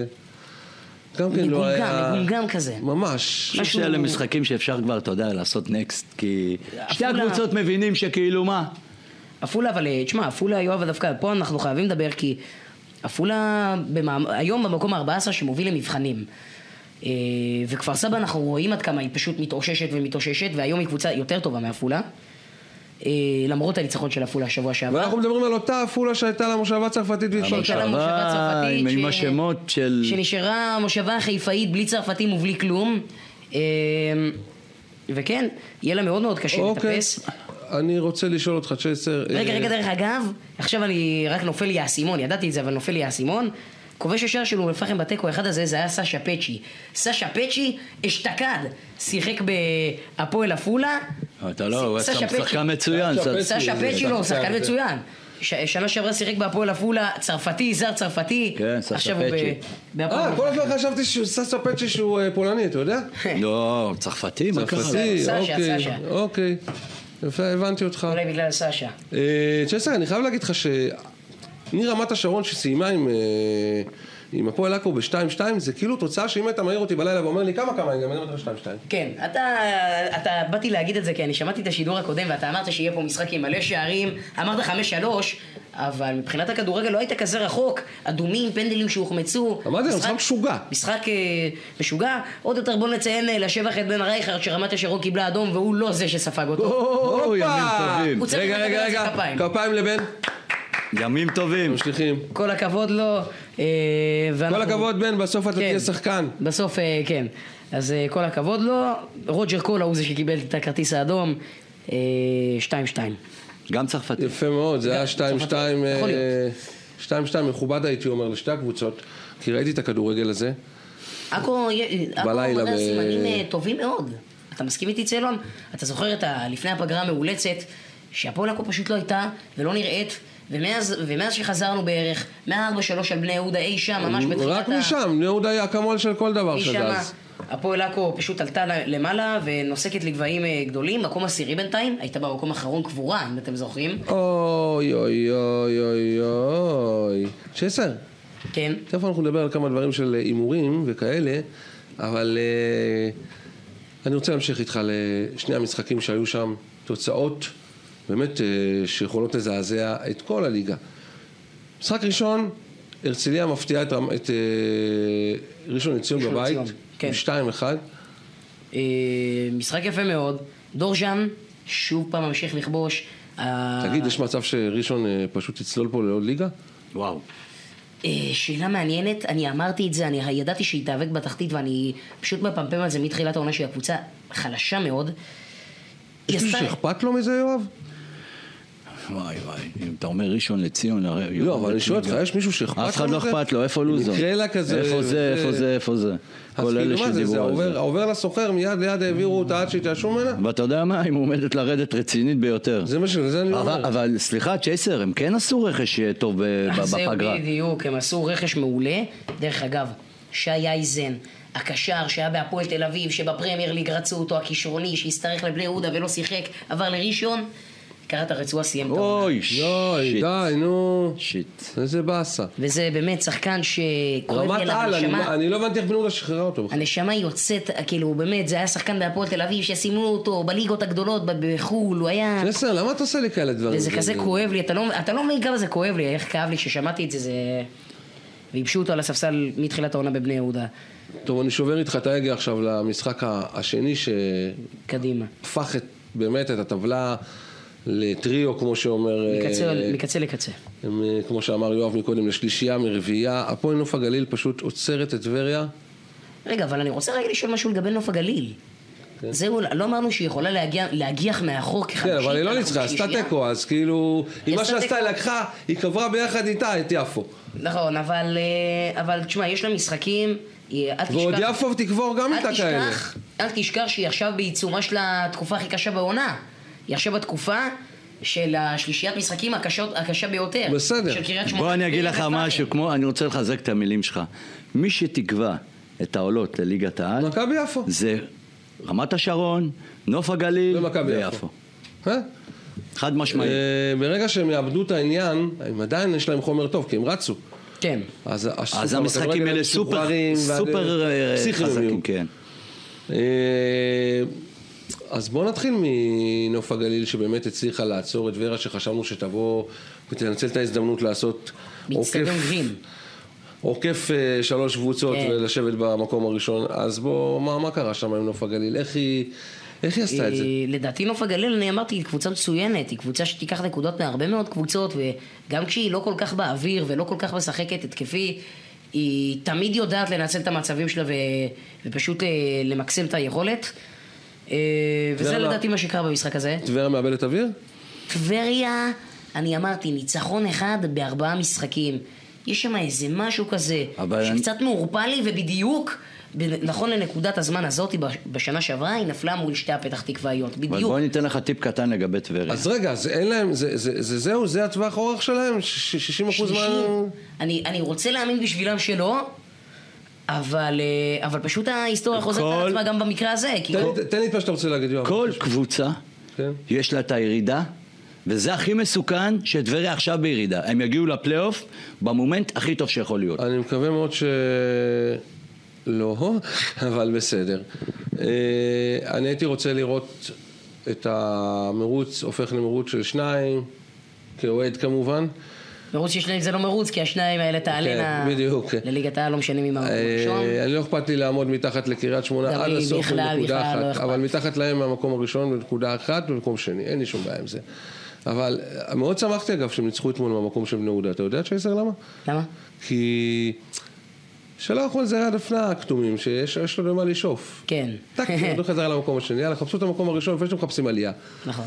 גם כן לא היה... מגומגם כזה. ממש. אני חושב שאלה משחקים שאפשר כבר, אתה יודע, לעשות נקסט, כי שתי הקבוצות מבינים שכאילו מה? עפולה, אבל תשמע, עפולה יואב דווקא, פה אנחנו חייבים לדבר כי... עפולה היום במקום ה-ארבע עשרה שמוביל למבחנים, וכפר סבא אנחנו רואים עד כמה היא פשוט מתאוששת ומתאוששת, והיום היא קבוצה יותר טובה מעפולה, למרות הניצחון של עפולה השבוע שעבר. ואנחנו מדברים על אותה עפולה שהייתה לה מושבה צרפתית המושבה עם השמות של... שנשארה מושבה חיפאית בלי צרפתים ובלי כלום, וכן, יהיה לה מאוד מאוד קשה לטפס. אני רוצה לשאול אותך, צ'ייסר... רגע, רגע, דרך אגב, עכשיו אני רק נופל לי האסימון, ידעתי את זה, אבל נופל לי האסימון. כובש השער של אום אל-פחם בתיקו אחד הזה, זה היה סשה פצ'י. סשה פצ'י אשתקד, שיחק בהפועל עפולה. אתה לא, הוא שחקן מצוין. סשה פצ'י לא, שחקן מצוין. שנה שעברה שיחק בהפועל עפולה, צרפתי, זר צרפתי. כן, סשה פצ'י. אה, כל הזמן חשבתי שסשה פצ'י שהוא פולני, אתה יודע? לא, צרפתי, מה קרה? צרפתי, אוקיי, אוקיי. יפה, הבנתי אותך. אולי בגלל סשה. צ'ייסר, אני חייב להגיד לך שניר רמת השרון שסיימה עם עם הפועל עכו ב-שתיים שתיים, זה כאילו תוצאה שאם היית מהיר אותי בלילה ואומר לי כמה כמה, אני גם מדבר ב-שתיים שתיים. כן, אתה, אתה באתי להגיד את זה כי אני שמעתי את השידור הקודם ואתה אמרת שיהיה פה משחק עם מלא שערים, אמרת חמש שלוש, אבל מבחינת הכדורגל לא היית כזה רחוק, אדומים, פנדלים שהוחמצו. אמרתי, משחק משוגע. משחק משוגע. עוד יותר בוא נציין לשבח את בן רייכרד שרמת השרון קיבלה אדום והוא לא זה שספג אותו. או, ימים טובים. רגע, רגע, רגע, כפיים לבן. ימים טובים. משליחים. כל הכבוד לו. כל הכבוד בן, בסוף אתה תהיה שחקן. בסוף, כן. אז כל הכבוד לו. רוג'ר קולה הוא זה שקיבל את הכרטיס האדום. שתיים שתיים. גם צרפתי. יפה מאוד, זה היה שתיים שתיים. שתיים שתיים מכובד הייתי אומר לשתי הקבוצות, כי ראיתי את הכדורגל הזה. אקו מראה סימנים טובים מאוד. אתה מסכים איתי צלון? אתה זוכר את לפני הפגרה המאולצת, שהפועל עכו פשוט לא הייתה ולא נראית, ומאז, ומאז שחזרנו בערך, מה-ארבע שלוש על בני יהודה אי שם, ממש בתחילת ה... רק משם, בני יהודה היה כמול של כל דבר שזז. הפועל עכו פשוט עלתה למעלה ונוסקת לגבהים גדולים, מקום עשירי בינתיים, הייתה במקום אחרון קבורה, אם אתם זוכרים. אוי אוי אוי אוי אוי. שסר. כן. תכף אנחנו נדבר על כמה דברים של אימורים וכאלה, אבל uh, אני רוצה להמשיך איתך לשני המשחקים שהיו שם, תוצאות באמת uh, שיכולות לזעזע את כל הליגה. משחק ראשון, הרצליה מפתיעה את, את uh, ראשון לציון בבית, כן. שתיים אחד. Uh, משחק יפה מאוד, דורז'אן שוב פעם ממשיך לכבוש. תגיד, יש מצב שראשון uh, פשוט יצלול פה לעוד ליגה? וואו. שאלה מעניינת, אני אמרתי את זה, אני ידעתי שהיא תאבק בתחתית ואני פשוט מפמפם על זה מתחילת העונה שהיא הקבוצה חלשה מאוד. יש מישהו שאכפת לו מזה, יואב? וואי וואי, אם אתה אומר ראשון לציון... לא, אבל אני שואל אותך, יש מישהו שאכפת לו מזה? אף אחד לא אכפת לו, איפה לוזון? מקרה לה כזה... איפה זה, איפה זה, איפה זה? כל אלה שדיברו על זה. עובר לסוחר, מיד ליד העבירו אותה עד שהתיישו ממנה? ואתה יודע מה, היא עומדת לרדת רצינית ביותר. זה מה שזה אני אומר. אבל סליחה, צ'ייסר, הם כן עשו רכש טוב בפגרה. זה בדיוק, הם עשו רכש מעולה. דרך אגב, שי אייזן, הקשר שהיה בהפועל תל אביב, שבפרמייר ליג רצו אותו, הכישרוני, שהסתרך לבני יהודה ולא שיחק, עבר לראשון, קראת הרצועה, סיים את העונה. אוי, שיט. די, נו. שיט. איזה באסה. וזה באמת שחקן שכואב לי רמת עליו, על, הנשמה. אני לא הבנתי איך בני יהודה שחררה אותו. הנשמה יוצאת, כאילו, באמת, זה היה שחקן בהפועל תל אביב, שסימנו אותו בליגות הגדולות, בחול, הוא היה... שסר, למה אתה עושה לי כאלה דברים? וזה כזה כואב לי, אתה לא מבין כמה זה כואב לי, איך כאב לי ששמעתי את זה, זה... ויבשו אותו על הספסל מתחילת העונה בבני יהודה. טוב, אני שובר איתך את ההגה עכשיו למשחק השני ש... קדימה. הפך את, באמת את הטבלה לטריו, כמו שאומר... מקצה, מקצה לקצה. כמו שאמר יואב מקודם, לשלישייה, מרביעייה. הפועל נוף הגליל פשוט עוצרת את טבריה. רגע, אבל אני רוצה רגע לשאול משהו לגבי נוף הגליל. כן. זהו, לא אמרנו שהיא יכולה להגיע, להגיח מאחור כחמישית. כן, אבל היא לא ניצחה, עשתה תיקו, אז כאילו, עם מה שעשתה היא לקחה, היא קברה ביחד איתה את יפו. נכון, אבל, אבל תשמע, יש לה משחקים, ועוד יפו תקבור גם איתה כאלה. אל תשכח שהיא עכשיו בעיצומה של התקופה הכי קשה בעונה. היא עכשיו בתקופה של השלישיית משחקים הקשות, הקשה ביותר. בסדר. של קריית שמונה. בוא אני אגיד לך משהו, כמו, אני רוצה לחזק את המילים שלך. מי שתקבע את העולות לליגת העל, מכבי יפו. זה רמת השרון, נוף הגליל ויפו. חד משמעית. ברגע שהם יאבדו את העניין, הם עדיין יש להם חומר טוב, כי הם רצו. כן. אז המשחקים האלה סופר חזקים, כן. אז בואו נתחיל מנוף הגליל שבאמת הצליחה לעצור את טבריה, שחשבנו שתבוא ותנצל את ההזדמנות לעשות עוקף שלוש קבוצות ולשבת במקום הראשון. אז בואו, מה, מה קרה שם עם נוף הגליל? איך היא, איך היא עשתה את זה? לדעתי נוף הגליל, אני אמרתי, היא קבוצה מצוינת, היא קבוצה שתיקח נקודות מהרבה מאוד קבוצות, וגם כשהיא לא כל כך באוויר ולא כל כך משחקת התקפי, היא תמיד יודעת לנצל את המצבים שלה ופשוט למקסם את היכולת. וזה לדעתי מה שקרה במשחק הזה. טבריה מאבדת אוויר? טבריה, אני אמרתי, ניצחון אחד בארבעה משחקים. יש שם איזה משהו כזה שקצת מעורפל לי, ובדיוק נכון לנקודת הזמן הזאת בשנה שעברה היא נפלה מול שתי הפתח תקוויות, בדיוק. בוא ניתן לך טיפ קטן לגבי טבריה. אז רגע, אז אין להם, זה, זה, זה, זהו, זה הטווח האורך שלהם? שישים אחוז מה... אני, אני רוצה להאמין בשבילם שלא, אבל, אבל פשוט ההיסטוריה חוזרת על עצמה גם במקרה הזה. תן לי את מה שאתה רוצה להגיד, יואב. כל קבוצה יש לה את הירידה, וזה הכי מסוכן שטבריה עכשיו בירידה. הם יגיעו לפלייאוף במומנט הכי טוב שיכול להיות. אני מקווה מאוד ש... לא, אבל בסדר. אני הייתי רוצה לראות את המרוץ הופך למרוץ של שניים, כאוהד כמובן. מרוץ של שניים זה לא מרוץ, כי השניים האלה תעלנה לליגת העל, לא משנה ממה הוא ראשון. אני לא אכפת לי לעמוד מתחת לקריית שמונה עד הסוף בנקודה אחת, אבל מתחת להם מהמקום הראשון בנקודה אחת ובמקום שני, אין לי שום בעיה עם זה. אבל מאוד שמחתי אגב שהם ניצחו אתמול מהמקום של בני יהודה. אתה יודע שייסר למה? למה? כי שלא יכול זה היה דפנה הכתומים שיש לו למה לשאוף. כן. טק, נדו חזרה למקום השני, יאללה, חפשו את המקום הראשון לפני שאתם מחפשים עלייה. נכון.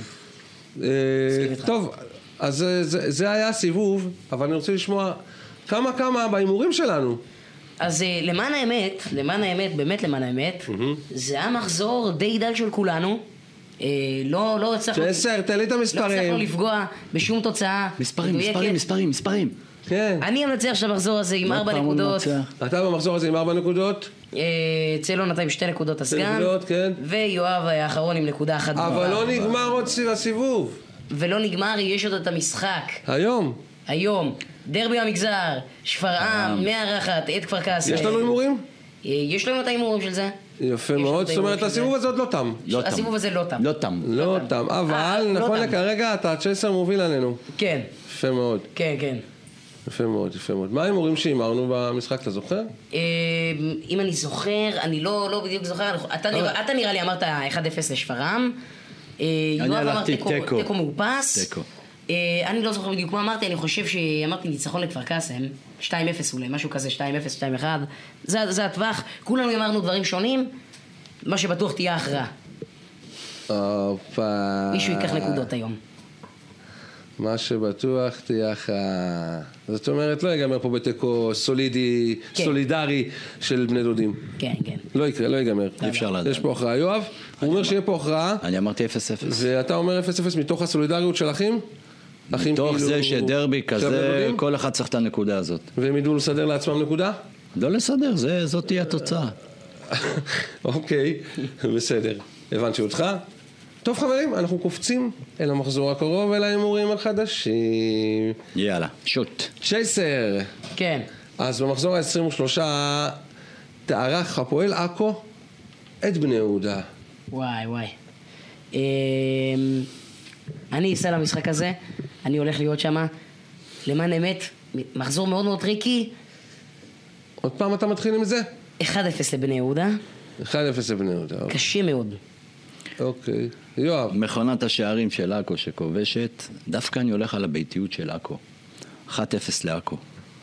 טוב, אז זה היה הסיבוב, אבל אני רוצה לשמוע כמה כמה בהימורים שלנו. אז למען האמת, למען האמת, באמת למען האמת, זה היה מחזור די דל של כולנו. לא, לא הצלחנו... שסר, תן לי את המספרים. לא הצלחנו לפגוע בשום תוצאה. מספרים, מספרים, מספרים, מספרים. כן. אני המנצח של המחזור הזה עם ארבע נקודות. אתה במחזור הזה עם ארבע נקודות? צלו נתן עם שתי נקודות הסגן. כן. ויואב האחרון עם נקודה אחת. אבל לא נגמר עוד הסיבוב. ולא נגמר, יש עוד את המשחק. היום? היום. דרבי המגזר, שפרעם, מארחת, את כפר קאסם. יש לנו הימורים? יש לנו את ההימורים של זה. יפה מאוד, זאת אומרת, הסיבוב הזה עוד לא תם. הסיבוב הזה לא תם. לא תם. לא תם, אבל נכון לכרגע אתה צ'ייסר מוביל עלינו. כן. יפה מאוד. כן, כן. יפה מאוד, יפה מאוד. מה ההימורים שהימרנו במשחק, אתה זוכר? אם אני זוכר, אני לא בדיוק זוכר, אתה נראה לי אמרת אחד אפס לשפרעם. אני הלכתי תיקו. תיקו מאופס. תיקו. אני לא זוכר בדיוק מה אמרתי, אני חושב שאמרתי ניצחון לכפר קאסם, שתיים אפס אולי, משהו כזה, שתיים אפס, שתיים אחת, זה הטווח, כולנו אמרנו דברים שונים, מה שבטוח תהיה הכרעה. מישהו ייקח נקודות היום. מה שבטוח תהיה הכרעה. זאת אומרת, לא ייגמר פה בתיקו סולידי, סולידרי של בני דודים. כן, כן. לא יקרה, לא ייגמר. אפשר לדעת. יש פה הכרעה. יואב, הוא אומר שיהיה פה הכרעה. אני אמרתי אפס אפס. ואתה אומר אפס אפס מתוך הסולידריות של אחים? מתוך זה שדרבי כזה, כל אחד צריך את הנקודה הזאת. והם ידעו לסדר לעצמם נקודה? לא לסדר, זאת תהיה התוצאה. אוקיי, בסדר. הבנתי אותך. טוב חברים, אנחנו קופצים אל המחזור הקרוב, אל ההימורים החדשים. יאללה, שוט. צ'ייסר. כן. אז במחזור ה-עשרים ושלוש תערך הפועל עכו את בני יהודה. וואי וואי. אני אסע למשחק הזה, אני הולך להיות שמה. למען אמת, מחזור מאוד מאוד טריקי. עוד פעם אתה מתחיל עם זה? אחד אפס לבני יהודה. אחד אפס לבני יהודה. קשה מאוד. אוקיי. יואב. מכונת השערים של עכו שכובשת, דווקא אני הולך על הביתיות של עכו. אחת אפס לעכו.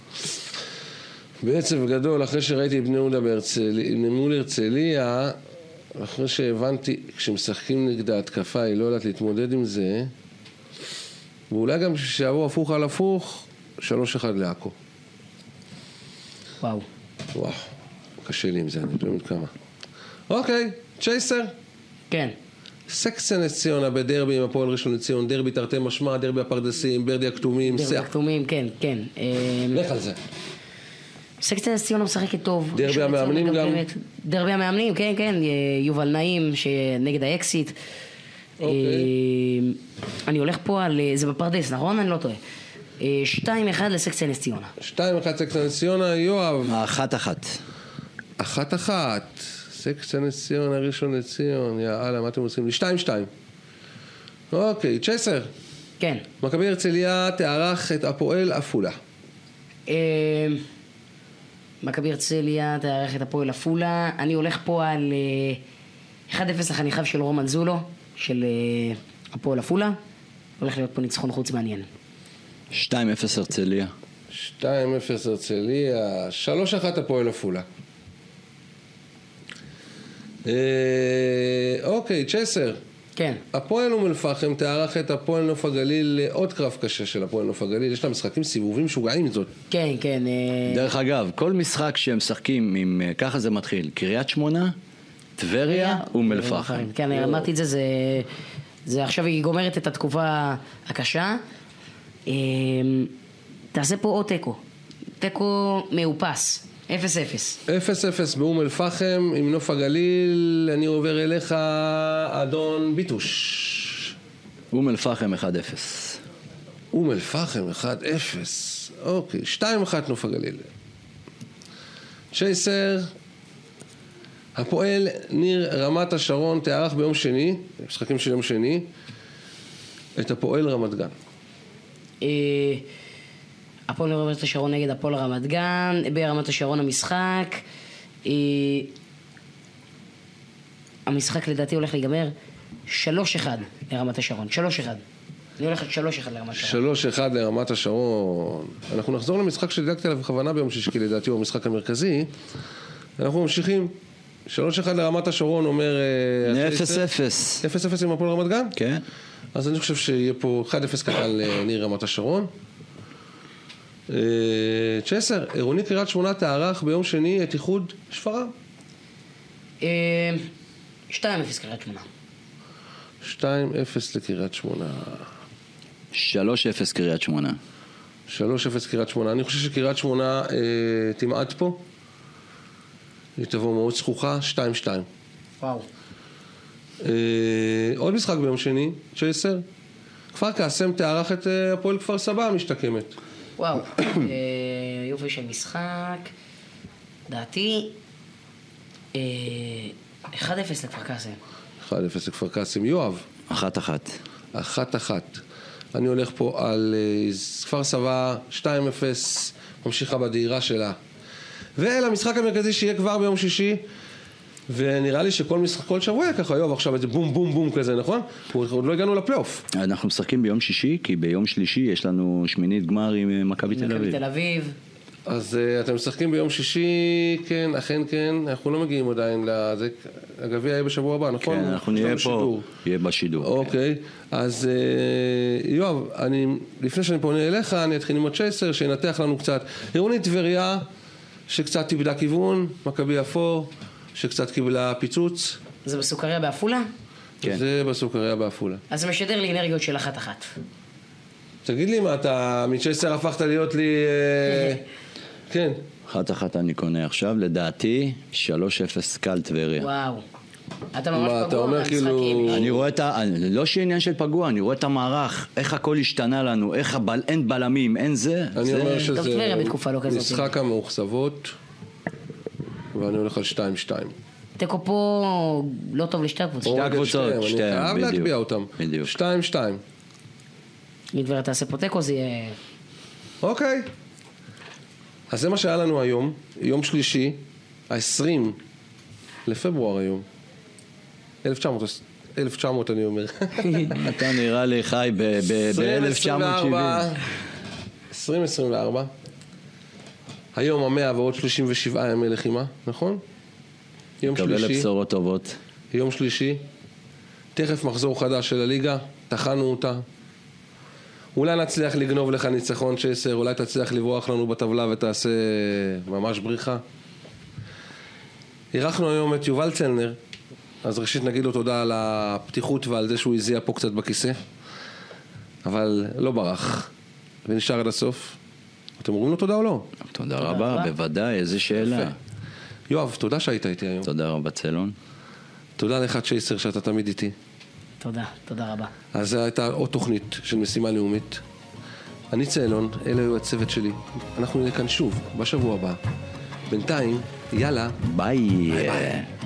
בעצב גדול, אחרי שראיתי את בני יהודה מול הרצליה, אחרי שהבנתי, כשמשחקים נגד ההתקפה, היא לא יודעת להתמודד עם זה, ואולי גם שיעבור הפוך על הפוך, שלוש אחד לעכו. וואו. וואו, קשה לי עם זה, אני לא יודע כמה. אוקיי, צ'ייסר. כן. סקציה נס ציונה בדרבי עם הפועל ראשון לציון, דרבי תרתי משמע, דרבי הפרדסים, דרבי הכתומים, דרבי הכתומים, כן, כן. לך על זה. סקציה נס ציונה משחקת טוב. דרבי המאמנים גם. דרבי המאמנים, כן, כן. יובל נעים שנגד האקסיט. אני הולך פה על, זה בפרדס, נכון? אני לא טועה. שתיים אחד לסקציה נס ציונה. שתיים אחד סקציה נס ציונה, יואב. אחת אחת. אחת אחת. סקציה נס ציונה, ראשון לציון, יאללה, מה אתם עושים לי? שתיים שתיים. אוקיי, צ'ייסר. כן. מכבי הרצליה תארח את הפועל עפולה. מכבי הרצליה תארח את הפועל עפולה. אני הולך פה על אחד אפס לחניכיו של רומן זולו, של הפועל עפולה. הולך להיות פה ניצחון חוץ מעניין. שתיים אפס הרצליה. שתיים אפס הרצליה. שלוש אחת הפועל עפולה. אוקיי, צ'ייסר. כן. הפועל אום אל-פחם תארח את הפועל נוף הגליל לעוד קרב קשה של הפועל נוף הגליל. יש לה משחקים סיבובים משוגעים זאת. כן, כן. דרך אגב, כל משחק שהם משחקים עם, ככה זה מתחיל, קריית שמונה, טבריה, אום אל-פחם. כן, אמרתי את זה, זה, זה עכשיו היא גומרת את התקופה הקשה. תעשה פה עוד טקו. טקו מאופס. אפס אפס. אפס אפס באום אל-פחם עם נוף הגליל. אני עובר אליך אדון ביטוש. אום אל-פחם אחד אפס. אום אל-פחם אחד אפס. אוקיי, שתיים אחת נוף הגליל. צ'ייסר. הפועל ניר רמת השרון תארח ביום שני, משחקים של יום שני, את הפועל רמת גן. הפועל רמת השרון נגד הפועל רמת גן, ברמת השרון המשחק. המשחק לדעתי הולך להיגמר שלוש אחד לרמת השרון, שלוש אחד. אני הולך שלוש אחד לרמת השרון. שלוש אחד לרמת השרון. אנחנו נחזור למשחק שדילגתי עליו בכוונה ביום שישי, כי לדעתי הוא המשחק המרכזי. אנחנו ממשיכים. שלוש אחד לרמת השרון אומר... אפס אפס. אפס אפס עם הפועל רמת גן? כן. אז אני חושב שיהיה פה אחד אפס קטן לניר רמת השרון. צ'סר, עירוני קריית שמונה תארח ביום שני את איחוד שפרעם. שתיים אפס קריית שמונה. שתיים אפס לקריית שמונה. שלוש אפס קריית שמונה. שלוש אפס קריית שמונה. אני חושב שקריית שמונה אה, תמעט פה. היא תבוא מאוד זכוכה, שתיים שתיים. וואו. אה, עוד משחק ביום שני, צ'סר. כפר קאסם תארח את אה, הפועל כפר סבא משתקמת. וואו, יופי של משחק. דעתי אחד אפס לכפר קאסם. אחד אפס לכפר קאסם. יואב. אחת אחת. אחת אחת. אני הולך פה על כפר סבא שתיים אפס, ממשיכה בדהירה שלה. ואל המשחק המרכזי שיהיה כבר ביום שישי, ונראה לי שכל משחק, כל שבוע היה ככה, יוב, עכשיו איזה בום בום בום כזה, נכון? עוד לא הגענו לפלייאוף. אנחנו משחקים ביום שישי, כי ביום שלישי יש לנו שמינית גמר עם מכבי תל אביב. מכבי תל אביב. אז uh, אתם משחקים ביום שישי, כן, אכן כן, אנחנו לא מגיעים עדיין לזה, הגביע יהיה בשבוע הבא, נכון? כן, אנחנו נהיה פה, שידור. יהיה בשידור. אוקיי, כן. אז uh, יואב, אני, לפני שאני פונה אליך, אני אתחיל עם הצ'ייסר, שינתח לנו קצת. עירונית טבריה, שקצת תיבדה כיוון, מכבי יפו, שקצת קיבלה פיצוץ. זה בסוכריה באפולה? כן. זה בסוכריה באפולה. אז זה משדר לי אנרגיות של אחת אחת. תגיד לי מה, אתה מצ'ייסר הפכת להיות לי... כן. אחת אחת אני קונה עכשיו, לדעתי שלוש אפס קל טבריה. וואו. אתה ממש מה, פגוע. אתה אומר כאילו... אני רואה את ה... לא שעניין של פגוע, אני רואה את המערך, איך הכל השתנה לנו, איך הבל... אין בלמים, אין זה. אני זה... אומר שזה טבריה בתקופה לא כזאת. משחק המאוכזבות, ואני הולך על שתיים שתיים. תיקו פה לא טוב לשתי הקבוצות. שתי הקבוצות, אני שתיהם, חייב בדיוק. להטביע אותם. בדיוק. שתיים שתיים. אם כבר תעשה פה תיקו זה יהיה... אוקיי. אז זה מה שהיה לנו היום, יום שלישי, ה-עשרים לפברואר היום. אלף תשע מאות אני אומר. אתה נראה לי חי ב-אלף תשע מאות שבעים. עשרים עשרים וארבע. היום המאה ועוד שלושים ושבעה ימי לחימה, נכון? יום קבל שלישי. לבשורות טובות. יום שלישי. תכף מחזור חדש של הליגה, תחנו אותה. אולי נצליח לגנוב לך ניצחון צ'ייסר, אולי תצליח לברוח לנו בטבלה ותעשה ממש בריחה. אירחנו היום את יובל צלנר, אז ראשית נגיד לו תודה על הפתיחות ועל זה שהוא הזיע פה קצת בכיסא, אבל לא ברח, ונשאר עד הסוף. אתם אומרים לו תודה או לא? תודה רבה, בוודאי, איזה שאלה. יואב, תודה שהיית איתי היום. תודה רבה צלון. תודה לך צ'ייסר שאתה תמיד איתי. תודה, תודה רבה. אז זו הייתה עוד תוכנית של משימה לאומית. אני צלון, אלה היו הצוות שלי. אנחנו נראה כאן שוב, בשבוע הבא. בינתיים, יאללה. ביי. ביי.